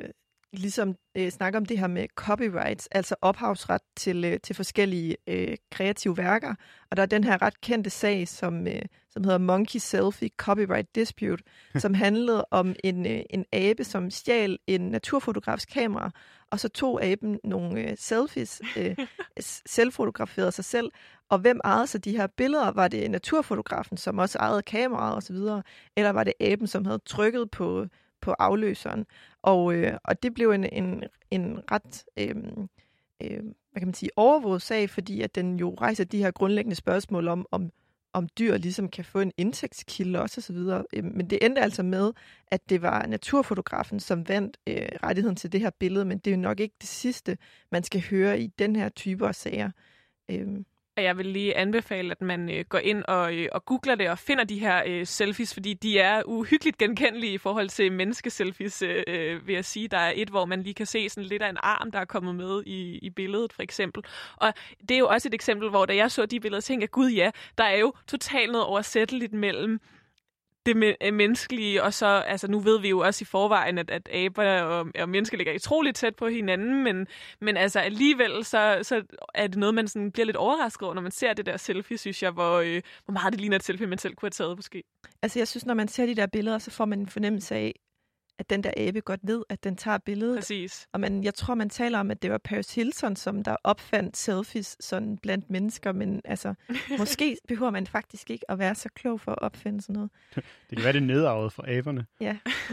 ligesom øh, snakke om det her med copyrights, altså ophavsret til, øh, til forskellige øh, kreative værker. Og der er den her ret kendte sag, som, øh, som hedder Monkey Selfie Copyright Dispute, som handlede om en, øh, en abe, som stjal en naturfotografs kamera, og så tog aben nogle øh, selfies, øh, selvfotograferede sig selv, og hvem ejede så de her billeder? Var det naturfotografen, som også ejede kameraet osv., eller var det aben, som havde trykket på på afløseren, og, øh, og det blev en, en, en ret øh, øh, hvad kan man sige, overvåget sag, fordi at den jo rejser de her grundlæggende spørgsmål om, om, om dyr ligesom kan få en indtægtskilde også og så videre. Men det endte altså med, at det var naturfotografen, som vandt øh, rettigheden til det her billede, men det er jo nok ikke det sidste, man skal høre i den her type af sager. Øh. Jeg vil lige anbefale, at man øh, går ind og, øh, og googler det og finder de her øh, selfies, fordi de er uhyggeligt genkendelige i forhold til menneskeselfies, øh, vil jeg sige. Der er et, hvor man lige kan se sådan lidt af en arm, der er kommet med i, i billedet, for eksempel. Og det er jo også et eksempel, hvor da jeg så de billeder, tænkte jeg, gud ja, der er jo totalt noget oversætteligt mellem det menneskelige, og så, altså nu ved vi jo også i forvejen, at, at aber og, og mennesker ligger utroligt tæt på hinanden, men, men altså alligevel, så, så er det noget, man sådan bliver lidt overrasket over, når man ser det der selfie, synes jeg, hvor, øh, hvor meget det ligner et selfie, man selv kunne have taget måske. Altså jeg synes, når man ser de der billeder, så får man en fornemmelse af, at den der abe godt ved, at den tager billedet. Præcis. Og man, jeg tror, man taler om, at det var Paris Hilton, som der opfandt selfies sådan blandt mennesker, men altså, måske behøver man faktisk ikke at være så klog for at opfinde sådan noget. Det kan være, det nedarvet fra aberne. Ja.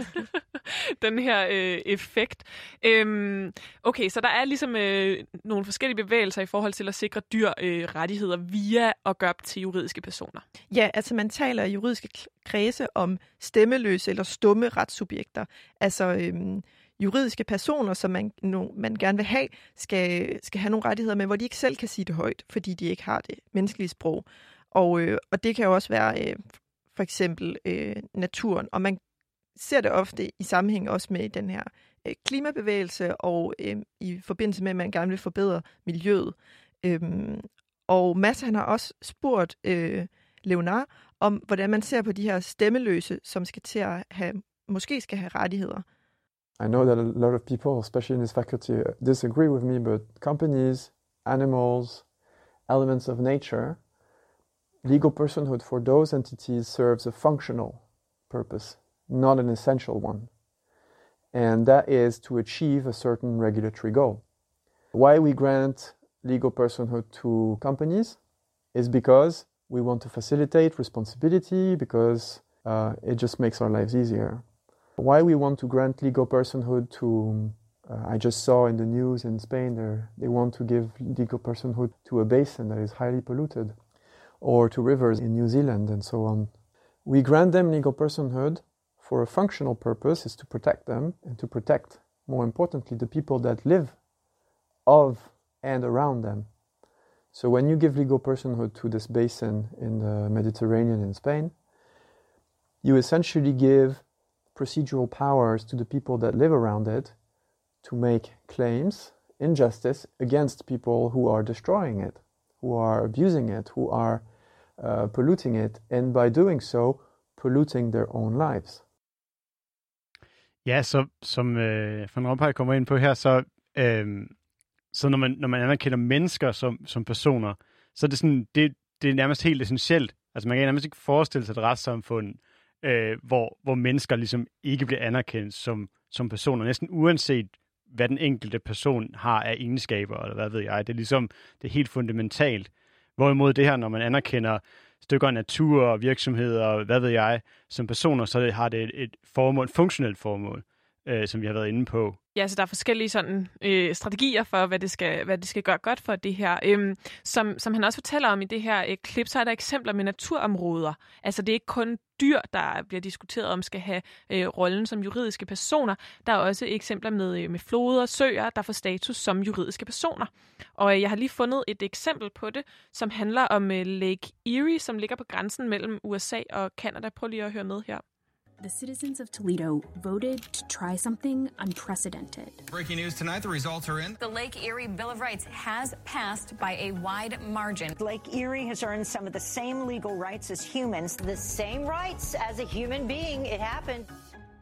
Den her øh, effekt. Øhm, okay, så der er ligesom øh, nogle forskellige bevægelser i forhold til at sikre dyr øh, rettigheder via at gøre til juridiske personer. Ja, altså man taler i juridiske kredse om stemmeløse eller stumme retssubjekter. Altså øhm, juridiske personer, som man, no, man gerne vil have, skal, skal have nogle rettigheder, men hvor de ikke selv kan sige det højt, fordi de ikke har det menneskelige sprog. Og, øh, og det kan jo også være øh, for eksempel øh, naturen, og man ser det ofte i sammenhæng også med den her øh, klimabevægelse, og øh, i forbindelse med, at man gerne vil forbedre miljøet. Øhm, og Mads, han har også spurgt øh, Leonard om, hvordan man ser på de her stemmeløse, som skal til at have, måske skal have rettigheder. I know that a lot of people, especially in this faculty, disagree with me, but companies, animals, elements of nature, legal personhood for those entities serves a functional purpose, not an essential one. And that is to achieve a certain regulatory goal. Why we grant legal personhood to companies is because we want to facilitate responsibility, because uh, it just makes our lives easier. Why we want to grant legal personhood to, uh, I just saw in the news in Spain, they want to give legal personhood to a basin that is highly polluted, or to rivers in New Zealand and so on. We grant them legal personhood for a functional purpose, is to protect them, and to protect, more importantly, the people that live of and around them. So when you give legal personhood to this basin in the Mediterranean in Spain, you essentially give procedural powers to the people that live around it to make claims in justice against people who are destroying it, who are abusing it, who are uh, polluting it, and by doing so, polluting their own lives. Ja, så som øh, Van Rompuy kommer ind på her, så, øh, så når, man, når man anerkender mennesker som, som personer, så er det, sådan, det, det er nærmest helt essentielt. Altså man kan nærmest ikke forestille sig et retssamfund, øh, hvor, hvor mennesker ligesom ikke bliver anerkendt som, som personer, næsten uanset hvad den enkelte person har af egenskaber, eller hvad ved jeg. Det er ligesom, det er helt fundamentalt. Hvorimod det her, når man anerkender stykker af natur og virksomheder, hvad ved jeg, som personer, så har det et, et formål, et funktionelt formål, øh, som vi har været inde på. Ja, så der er forskellige sådan, øh, strategier for, hvad det, skal, hvad det skal gøre godt for det her. Øhm, som, som han også fortæller om i det her øh, klip, så er der eksempler med naturområder. Altså det er ikke kun dyr, der bliver diskuteret om, skal have øh, rollen som juridiske personer. Der er også eksempler med, øh, med floder og søer, der får status som juridiske personer. Og øh, jeg har lige fundet et eksempel på det, som handler om øh, Lake Erie, som ligger på grænsen mellem U S A og Canada. Prøv lige at høre med her. The citizens of Toledo voted to try something unprecedented. Breaking news tonight, the results are in. The Lake Erie Bill of Rights has passed by a wide margin. Lake Erie has earned some of the same legal rights as humans. The same rights as a human being. It happened.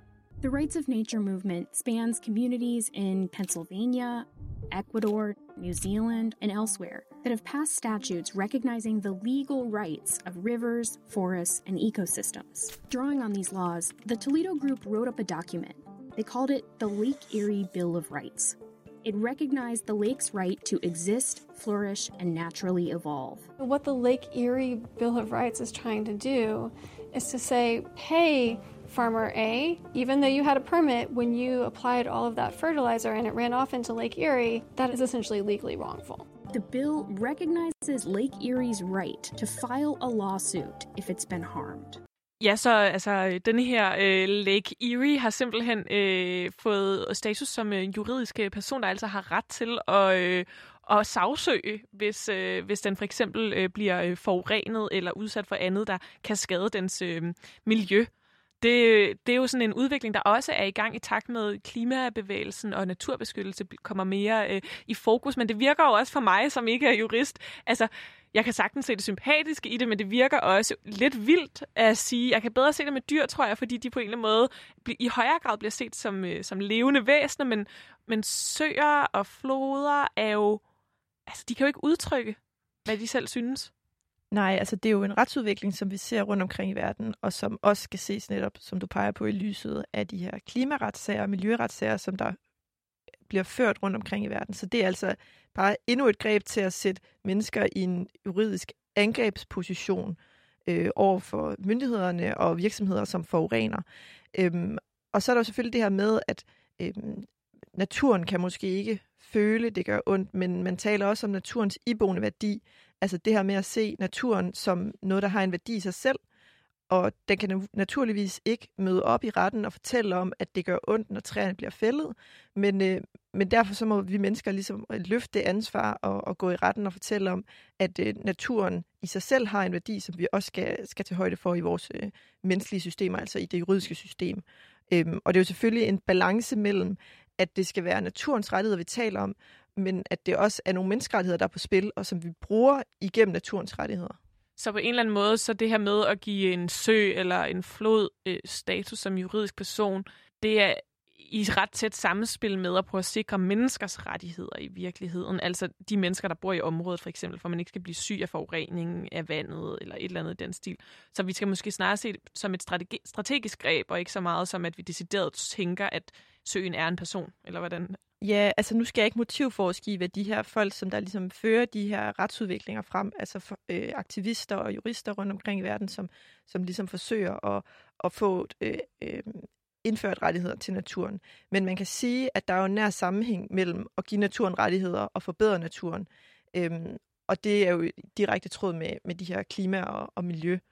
The Rights of Nature movement spans communities in Pennsylvania, Ecuador, New Zealand, and elsewhere that have passed statutes recognizing the legal rights of rivers, forests, and ecosystems. Drawing on these laws, the Toledo Group wrote up a document. They called it the Lake Erie Bill of Rights. It recognized the lake's right to exist, flourish, and naturally evolve. What the Lake Erie Bill of Rights is trying to do is to say, hey, Farmer A, even though you had a permit when you applied all of that fertilizer and it ran off into Lake Erie, that is essentially legally wrongful. The bill recognizes Lake Erie's right to file a lawsuit if it's been harmed. Ja, så altså, denne her øh, Lake Erie har simpelthen øh, fået status som øh, juridisk person, der altså har ret til at, øh, at sagsøge, hvis, øh, hvis den for eksempel øh, bliver øh, forurenet eller udsat for andet, der kan skade dens øh, miljø. Det, det er jo sådan en udvikling, der også er i gang i takt med klimabevægelsen, og naturbeskyttelse kommer mere øh, i fokus. Men det virker jo også for mig, som ikke er jurist. Altså, jeg kan sagtens se det sympatiske i det, men det virker også lidt vildt at sige. Jeg kan bedre se det med dyr, tror jeg, fordi de på en eller anden måde i højere grad bliver set som, øh, som levende væsener. Men, men søer og floder er jo... Altså, de kan jo ikke udtrykke, hvad de selv synes. Nej, altså det er jo en retsudvikling, som vi ser rundt omkring i verden, og som også skal ses netop, som du peger på, i lyset af de her klimaretssager og miljøretssager, som der bliver ført rundt omkring i verden. Så det er altså bare endnu et greb til at sætte mennesker i en juridisk angrebsposition øh, over for myndighederne og virksomheder, som forurener. Øhm, og så er der jo selvfølgelig det her med, at øhm, naturen kan måske ikke føle, det gør ondt, men man taler også om naturens iboende værdi. Altså det her med at se naturen som noget, der har en værdi i sig selv, og den kan naturligvis ikke møde op i retten og fortælle om, at det gør ondt, når træerne bliver fældet, men, øh, men derfor så må vi mennesker ligesom løfte det ansvar og, og gå i retten og fortælle om, at øh, naturen i sig selv har en værdi, som vi også skal, skal tage højde for i vores øh, menneskelige systemer, altså i det juridiske system. Øhm, og det er jo selvfølgelig en balance mellem, at det skal være naturens rettigheder, vi taler om, men at det også er nogle menneskerettigheder, der er på spil, og som vi bruger igennem naturens rettigheder. Så på en eller anden måde, så det her med at give en sø eller en flod øh, status som juridisk person, det er i ret tæt samspil med at prøve at sikre menneskers rettigheder i virkeligheden. Altså de mennesker, der bor i området, for eksempel, for man ikke skal blive syg af forureningen af vandet eller et eller andet i den stil. Så vi skal måske snarere se det som et strategi- strategisk greb, og ikke så meget som, at vi decideret tænker, at søen er en person, eller hvordan? Ja, altså nu skal jeg ikke motivforske i, hvad de her folk, som der ligesom fører de her retsudviklinger frem, altså for, øh, aktivister og jurister rundt omkring i verden, som, som ligesom forsøger at, at få øh, øh, indført rettigheder til naturen. Men man kan sige, at der er jo en nær sammenhæng mellem at give naturen rettigheder og forbedre naturen. Øhm, og det er jo direkte tråd med, med de her klima- og, og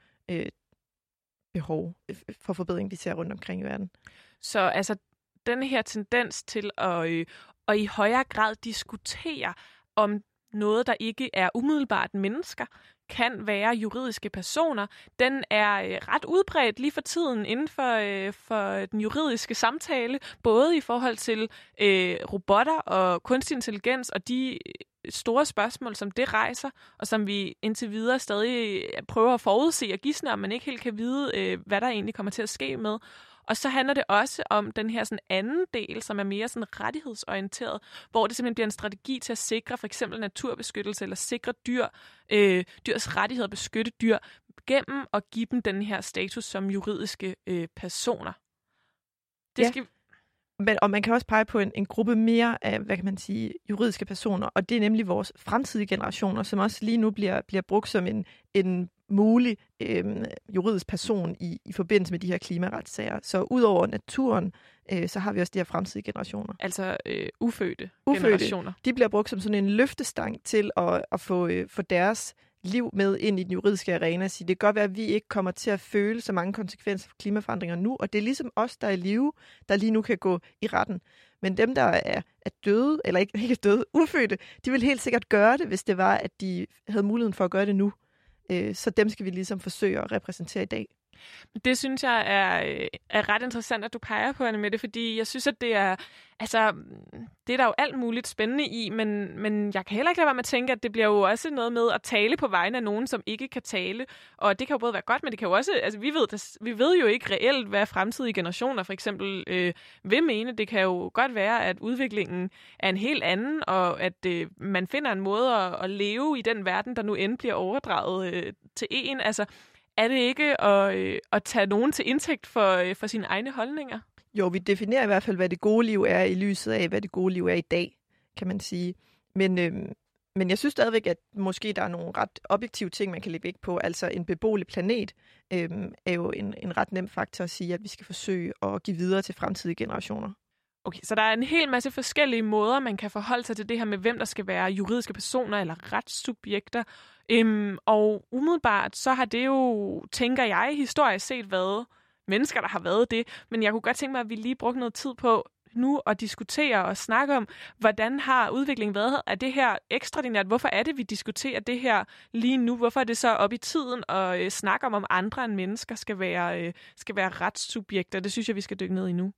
miljøbehov øh, for forbedring, vi ser rundt omkring i verden. Så altså den her tendens til at, øh, at i højere grad diskutere om noget, der ikke er umiddelbart mennesker, kan være juridiske personer, den er øh, ret udbredt lige for tiden inden for, øh, for den juridiske samtale, både i forhold til øh, robotter og kunstig intelligens og de store spørgsmål, som det rejser, og som vi indtil videre stadig prøver at forudse og gisne, om man ikke helt kan vide, øh, hvad der egentlig kommer til at ske med. Og så handler det også om den her sådan anden del, som er mere sådan rettighedsorienteret, hvor det simpelthen bliver en strategi til at sikre for eksempel naturbeskyttelse eller sikre dyr, øh, dyrs rettigheder, beskytte dyr, gennem at give dem den her status som juridiske øh, personer. Det ja. skal... Men, og man kan også pege på en, en gruppe mere af, hvad kan man sige, juridiske personer, og det er nemlig vores fremtidige generationer, som også lige nu bliver, bliver brugt som en, en mulig øh, juridisk person i, i forbindelse med de her klimaretssager. Så udover naturen, øh, så har vi også de her fremtidige generationer. Altså øh, ufødte, ufødte generationer. De bliver brugt som sådan en løftestang til at, at få, øh, få deres liv med ind i den juridiske arena. Så det kan godt være, at vi ikke kommer til at føle så mange konsekvenser for klimaforandringer nu, og det er ligesom os, der er i live, der lige nu kan gå i retten. Men dem, der er, er døde, eller ikke, ikke døde, ufødte, de vil helt sikkert gøre det, hvis det var, at de havde muligheden for at gøre det nu. Så dem skal vi ligesom forsøge at repræsentere i dag. Det synes jeg er, er ret interessant, at du peger på, Annemette, fordi jeg synes, at det er, altså, det er der jo alt muligt spændende i, men, men jeg kan heller ikke lade være med at tænke, at det bliver jo også noget med at tale på vegne af nogen, som ikke kan tale. Og det kan jo både være godt, men det kan jo også, altså vi ved, vi ved jo ikke reelt, hvad fremtidige generationer for eksempel øh, vil mene. Det kan jo godt være, at udviklingen er en helt anden, og at øh, man finder en måde at, at leve i den verden, der nu end bliver overdraget øh, til en. Altså, er det ikke at, øh, at tage nogen til indtægt for, øh, for sine egne holdninger? Jo, vi definerer i hvert fald, hvad det gode liv er i lyset af, hvad det gode liv er i dag, kan man sige. Men, øh, men jeg synes stadigvæk, at måske der er nogle ret objektive ting, man kan lægge vægt på. Altså en beboelig planet øh, er jo en, en ret nem faktor at sige, at vi skal forsøge at give videre til fremtidige generationer. Okay, så der er en hel masse forskellige måder, man kan forholde sig til det her med, hvem der skal være juridiske personer eller retssubjekter. Øhm, og umiddelbart, så har det jo, tænker jeg, historisk set været mennesker, der har været det. Men jeg kunne godt tænke mig, at vi lige brugte noget tid på nu at diskutere og snakke om, hvordan har udviklingen været? Er det her ekstraordinært? Hvorfor er det, vi diskuterer det her lige nu? Hvorfor er det så op i tiden at øh, snakke om, om andre end mennesker skal være, øh, skal være retssubjekter? Det synes jeg, vi skal dykke ned i nu.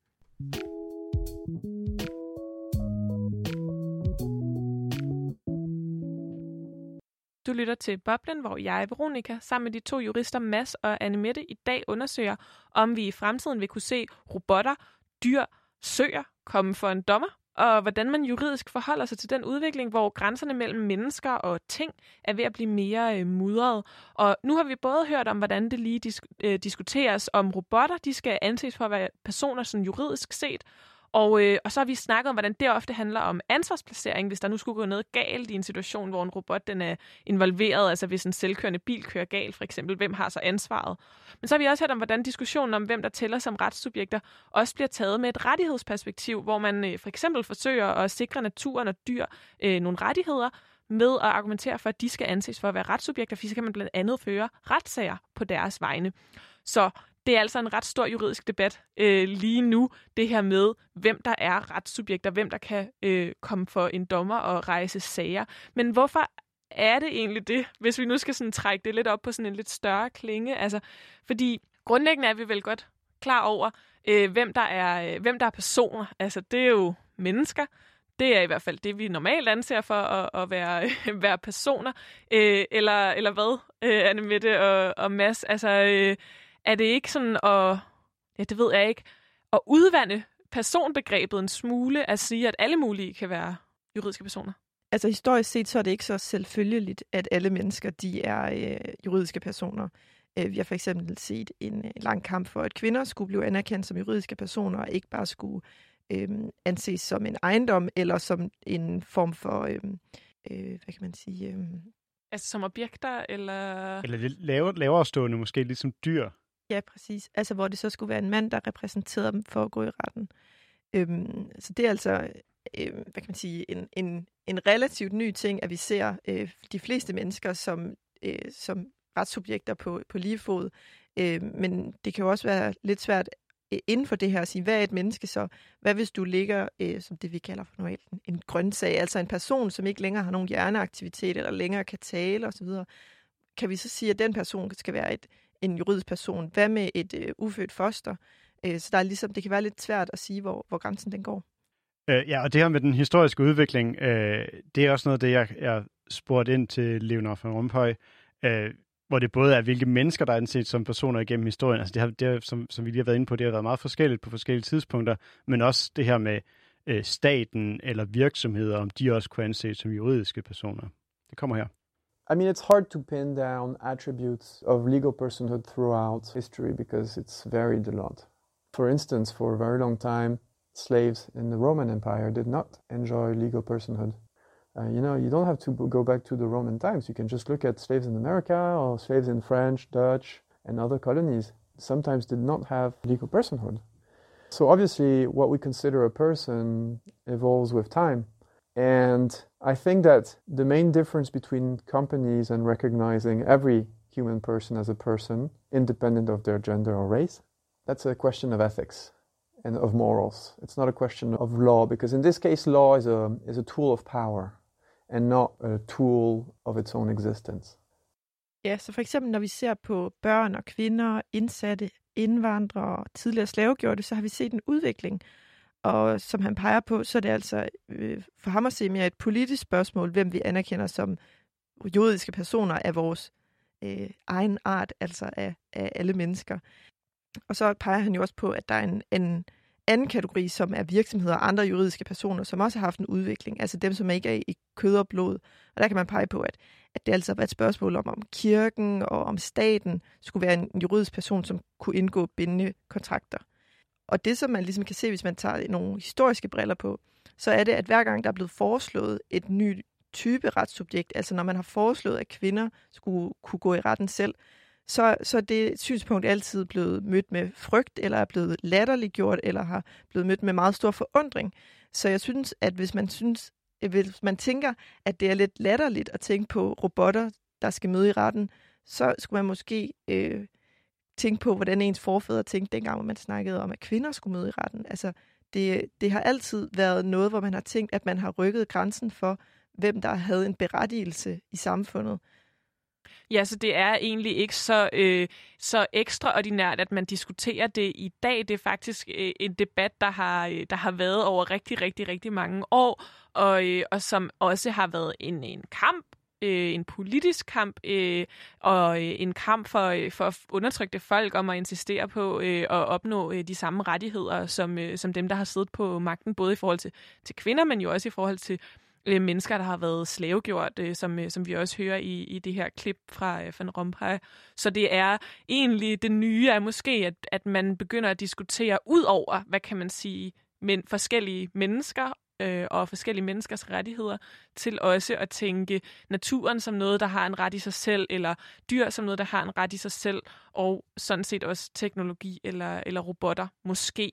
Du lytter til Boblen, hvor jeg, Veronica, sammen med de to jurister Mads og Annemette i dag undersøger, om vi i fremtiden vil kunne se robotter, dyr, søer komme for en dommer, og hvordan man juridisk forholder sig til den udvikling, hvor grænserne mellem mennesker og ting er ved at blive mere øh, mudret. Og nu har vi både hørt om, hvordan det lige disk- øh, diskuteres om robotter, de skal anses for at være personer sådan juridisk set, Og, øh, og så har vi snakket om, hvordan det ofte handler om ansvarsplacering, hvis der nu skulle gå noget galt i en situation, hvor en robot den er involveret, altså hvis en selvkørende bil kører galt, for eksempel, hvem har så ansvaret? Men så har vi også hørt om, hvordan diskussionen om, hvem der tæller som retssubjekter, også bliver taget med et rettighedsperspektiv, hvor man øh, for eksempel forsøger at sikre naturen og dyr øh, nogle rettigheder, med at argumentere for, at de skal anses for at være retssubjekter, for så kan man blandt andet føre retssager på deres vegne. Så det er altså en ret stor juridisk debat øh, lige nu, det her med, hvem der er retssubjekter, hvem der kan øh, komme for en dommer og rejse sager. Men hvorfor er det egentlig det, hvis vi nu skal sådan trække det lidt op på sådan en lidt større klinge? Altså, fordi grundlæggende er vi vel godt klar over, øh, hvem, der er, øh, hvem der er personer. Altså, det er jo mennesker. Det er i hvert fald det, vi normalt anser for at, at være, øh, være personer. Øh, eller, eller hvad, øh, Annemette og, og Mads? Altså, øh, er det ikke sådan at, ja, det ved jeg ikke, at udvande personbegrebet en smule at sige, at alle mulige kan være juridiske personer? Altså historisk set, så er det ikke så selvfølgeligt, at alle mennesker, de er øh, juridiske personer. Øh, vi har for eksempel set en, en lang kamp for, at kvinder skulle blive anerkendt som juridiske personer, og ikke bare skulle øh, anses som en ejendom, eller som en form for, øh, øh, hvad kan man sige... Øh, altså som objekter, eller... Eller lidt lavere, lavere stående, måske ligesom dyr. Ja, præcis. Altså, hvor det så skulle være en mand, der repræsenterede dem for at gå i retten. Øhm, så det er altså, øh, hvad kan man sige, en, en, en relativt ny ting, at vi ser øh, de fleste mennesker som, øh, som retssubjekter på, på lige fod. Øh, men det kan jo også være lidt svært øh, inden for det her at sige, hvad er et menneske så? Hvad hvis du ligger, øh, som det vi kalder for normalt, en, en grøntsag, altså en person, som ikke længere har nogen hjerneaktivitet, eller længere kan tale osv. Kan vi så sige, at den person skal være et en juridisk person. Hvad med et øh, ufødt foster? Øh, så der er ligesom, det kan være lidt svært at sige, hvor, hvor grænsen den går. Øh, ja, og det her med den historiske udvikling, øh, det er også noget af det, jeg, jeg spurgte ind til Leonard van Rompuy, øh, hvor det både er, hvilke mennesker, der er anset som personer igennem historien. Altså det har, det har, som, som vi lige har været inde på, det har været meget forskelligt på forskellige tidspunkter, men også det her med øh, staten eller virksomheder, om de også kunne anses som juridiske personer. Det kommer her. I mean, it's hard to pin down attributes of legal personhood throughout history because it's varied a lot. For instance, for a very long time, slaves in the Roman Empire did not enjoy legal personhood. Uh, you know, you don't have to go back to the Roman times. You can just look at slaves in America or slaves in French, Dutch, and other colonies. Sometimes did not have legal personhood. So obviously, what we consider a person evolves with time. And I think that the main difference between companies and recognizing every human person as a person, independent of their gender or race, that's a question of ethics and of morals. It's not a question of law, because in this case, law is a, is a tool of power and not a tool of its own existence. Ja, så for eksempel når vi ser på børn og kvinder, indsatte, indvandrere og tidligere slavegjorte, så har vi set en udvikling. Og som han peger på, så er det altså øh, for ham at se mere et politisk spørgsmål, hvem vi anerkender som juridiske personer af vores øh, egen art, altså af, af alle mennesker. Og så peger han jo også på, at der er en, en anden kategori, som er virksomheder og andre juridiske personer, som også har haft en udvikling, altså dem, som ikke er i kød og blod. Og der kan man pege på, at, at det altså var et spørgsmål om, om kirken og om staten skulle være en juridisk person, som kunne indgå bindende kontrakter. Og det, som man ligesom kan se, hvis man tager nogle historiske briller på, så er det, at hver gang der er blevet foreslået et nyt type retssubjekt, altså når man har foreslået, at kvinder skulle kunne gå i retten selv, så, så er det synspunkt altid blevet mødt med frygt, eller er blevet latterliggjort, eller har blevet mødt med meget stor forundring. Så jeg synes, at hvis man synes, hvis man tænker, at det er lidt latterligt at tænke på robotter, der skal møde i retten, så skulle man måske øh, tænke på, hvordan ens forfædre tænkte dengang, hvor man snakkede om, at kvinder skulle møde i retten. Altså, det, det har altid været noget, hvor man har tænkt, at man har rykket grænsen for, hvem der havde en berettigelse i samfundet. Ja, så det er egentlig ikke så, øh, så ekstraordinært, at man diskuterer det i dag. Det er faktisk øh, en debat, der har, øh, der har været over rigtig, rigtig, rigtig mange år, og, øh, og som også har været en, en kamp, øh, en politisk kamp, øh, og øh, en kamp for, øh, for undertrykte folk om at insistere på øh, at opnå øh, de samme rettigheder, som, øh, som dem, der har siddet på magten, både i forhold til, til kvinder, men jo også i forhold til mennesker, der har været slavegjort, øh, som, øh, som vi også hører i, i det her klip fra øh, Van Rompuy. Så det er egentlig det nye er måske, at, at man begynder at diskutere ud over, hvad kan man sige, men forskellige mennesker øh, og forskellige menneskers rettigheder, til også at tænke naturen som noget, der har en ret i sig selv, eller dyr som noget, der har en ret i sig selv, og sådan set også teknologi eller, eller robotter måske.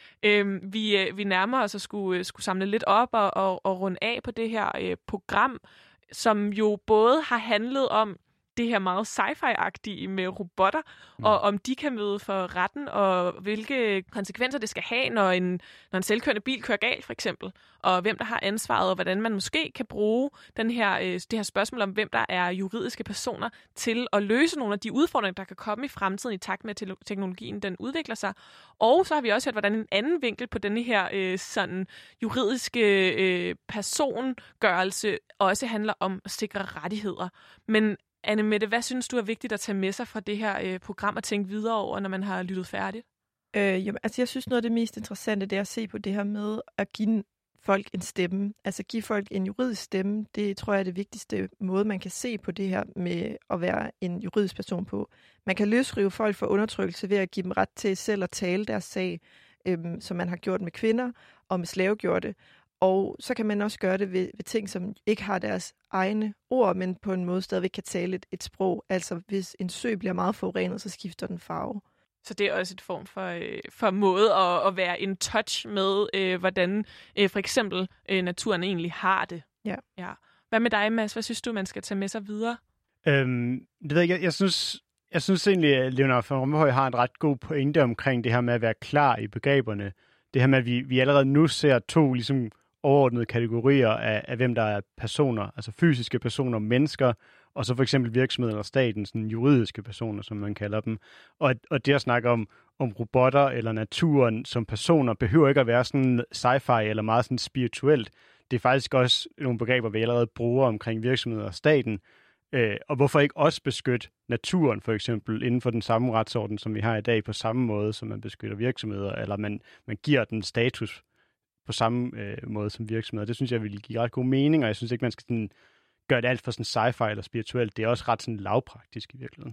Øhm, vi, øh, vi nærmer os at skulle, skulle samle lidt op og, og, og runde af på det her øh, program, som jo både har handlet om det her meget sci-fi-agtige med robotter, mm. og om de kan møde for retten, og hvilke konsekvenser det skal have, når en, når en selvkørende bil kører galt, for eksempel, og hvem der har ansvaret, og hvordan man måske kan bruge den her, øh, det her spørgsmål om, hvem der er juridiske personer, til at løse nogle af de udfordringer, der kan komme i fremtiden, i takt med, at teknologien den udvikler sig. Og så har vi også hørt, hvordan en anden vinkel på denne her øh, sådan juridiske øh, persongørelse også handler om at sikre rettigheder. Men Anne-Mette, hvad synes du er vigtigt at tage med sig fra det her øh, program og tænke videre over, når man har lyttet færdigt? Øh, jamen, altså, jeg synes, noget af det mest interessante, det er at se på det her med at give folk en stemme. Altså give folk en juridisk stemme, det tror jeg er det vigtigste måde, man kan se på det her med at være en juridisk person på. Man kan løsrive folk fra undertrykkelse ved at give dem ret til selv at tale deres sag, øh, som man har gjort med kvinder og med slavegjorte. Og så kan man også gøre det ved, ved ting, som ikke har deres egne ord, men på en måde stadigvæk kan tale et, et sprog. Altså hvis en sø bliver meget forurenet, så skifter den farve. Så det er også et form for, øh, for måde at, at være in touch med, øh, hvordan øh, for eksempel øh, naturen egentlig har det. Ja. Ja. Hvad med dig, Mads? Hvad synes du, man skal tage med sig videre? Øhm, det ved jeg, jeg, jeg synes... Jeg synes egentlig, at Leonard van Rompuy har en ret god pointe omkring det her med at være klar i begreberne. Det her med, at vi, vi allerede nu ser to ligesom overordnede kategorier af, af, hvem der er personer, altså fysiske personer, mennesker, og så for eksempel virksomheder eller staten, sådan juridiske personer, som man kalder dem. Og, og det at snakke om, om robotter eller naturen som personer, behøver ikke at være sådan sci-fi eller meget sådan spirituelt. Det er faktisk også nogle begreber, vi allerede bruger omkring virksomheder og staten. Øh, og hvorfor ikke også beskytte naturen, for eksempel, inden for den samme retsorden, som vi har i dag, på samme måde, som man beskytter virksomheder, eller man, man giver den status på samme øh, måde som virksomheder. Det synes jeg vil give ret god mening, og jeg synes ikke, man skal sådan, gøre det alt for sådan sci-fi eller spirituelt. Det er også ret sådan lavpraktisk i virkeligheden.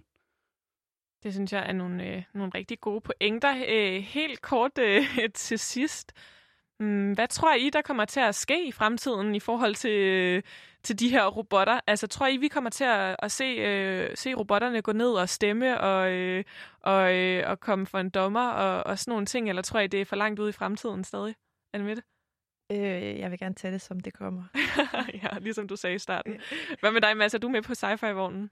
Det synes jeg er nogle, øh, nogle rigtig gode pointer. Øh, helt kort øh, til sidst. Hvad tror I, der kommer til at ske i fremtiden i forhold til, til de her robotter? Altså, tror I, vi kommer til at, at se, øh, se robotterne gå ned og stemme og, øh, og, øh, og komme for en dommer og, og sådan nogle ting? Eller tror I, det er for langt ude i fremtiden stadig? Anne-Mette? Øh, jeg vil gerne tage det, som det kommer. Ja, ligesom du sagde i starten. Hvad med dig, Mads? Er du med på sci-fi-vognen?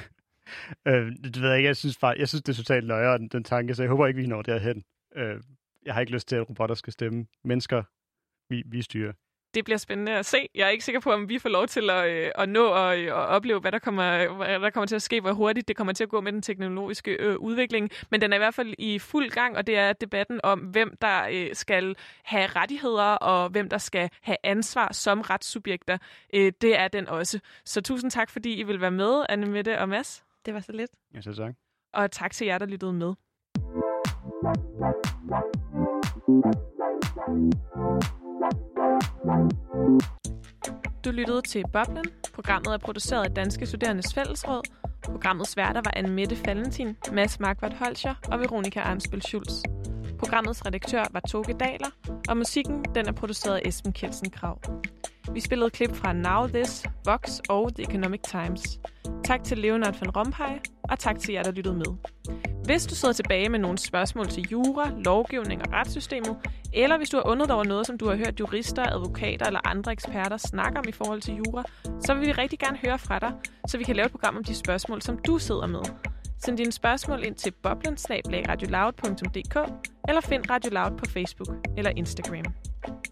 øh, det ved jeg ikke. Jeg synes, bare, jeg synes det er totalt løjere, den, den tanke, så jeg håber ikke, vi når derhen. Øh, Jeg har ikke lyst til, at robotter skal stemme. Mennesker, vi, vi styrer. det bliver spændende at se. Jeg er ikke sikker på, om vi får lov til at, øh, at nå og at opleve, hvad der, kommer, hvad der kommer til at ske, hvor hurtigt det kommer til at gå med den teknologiske øh, udvikling. Men den er i hvert fald i fuld gang, og det er debatten om, hvem der øh, skal have rettigheder, og hvem der skal have ansvar som retssubjekter. Øh, det er den også. Så tusind tak, fordi I vil være med, Annemette og Mads. Det var så lidt. Ja, så tak. Og tak til jer, der lyttede med. Du lyttede til Boblen. Programmet er produceret af Danske Studerendes Fællesråd. Programmets værter var Annemette Valentin, Mads Markvart Holscher og Veronica Arnsbøl Schulz. Programmets redaktør var Toge Daler, og musikken den er produceret af Esben Kjeldsen Krag. Vi spillede klip fra Now This, Vox og The Economic Times. Tak til Leonard van Rompuy, og tak til jer, der lyttede med. Hvis du sidder tilbage med nogle spørgsmål til jura, lovgivning og retssystemet, eller hvis du har undret over noget, som du har hørt jurister, advokater eller andre eksperter snakke om i forhold til jura, så vil vi rigtig gerne høre fra dig, så vi kan lave et program om de spørgsmål, som du sidder med. Send dine spørgsmål ind til boblen bindestreg radioloud punktum d k eller find Radio Loud på Facebook eller Instagram.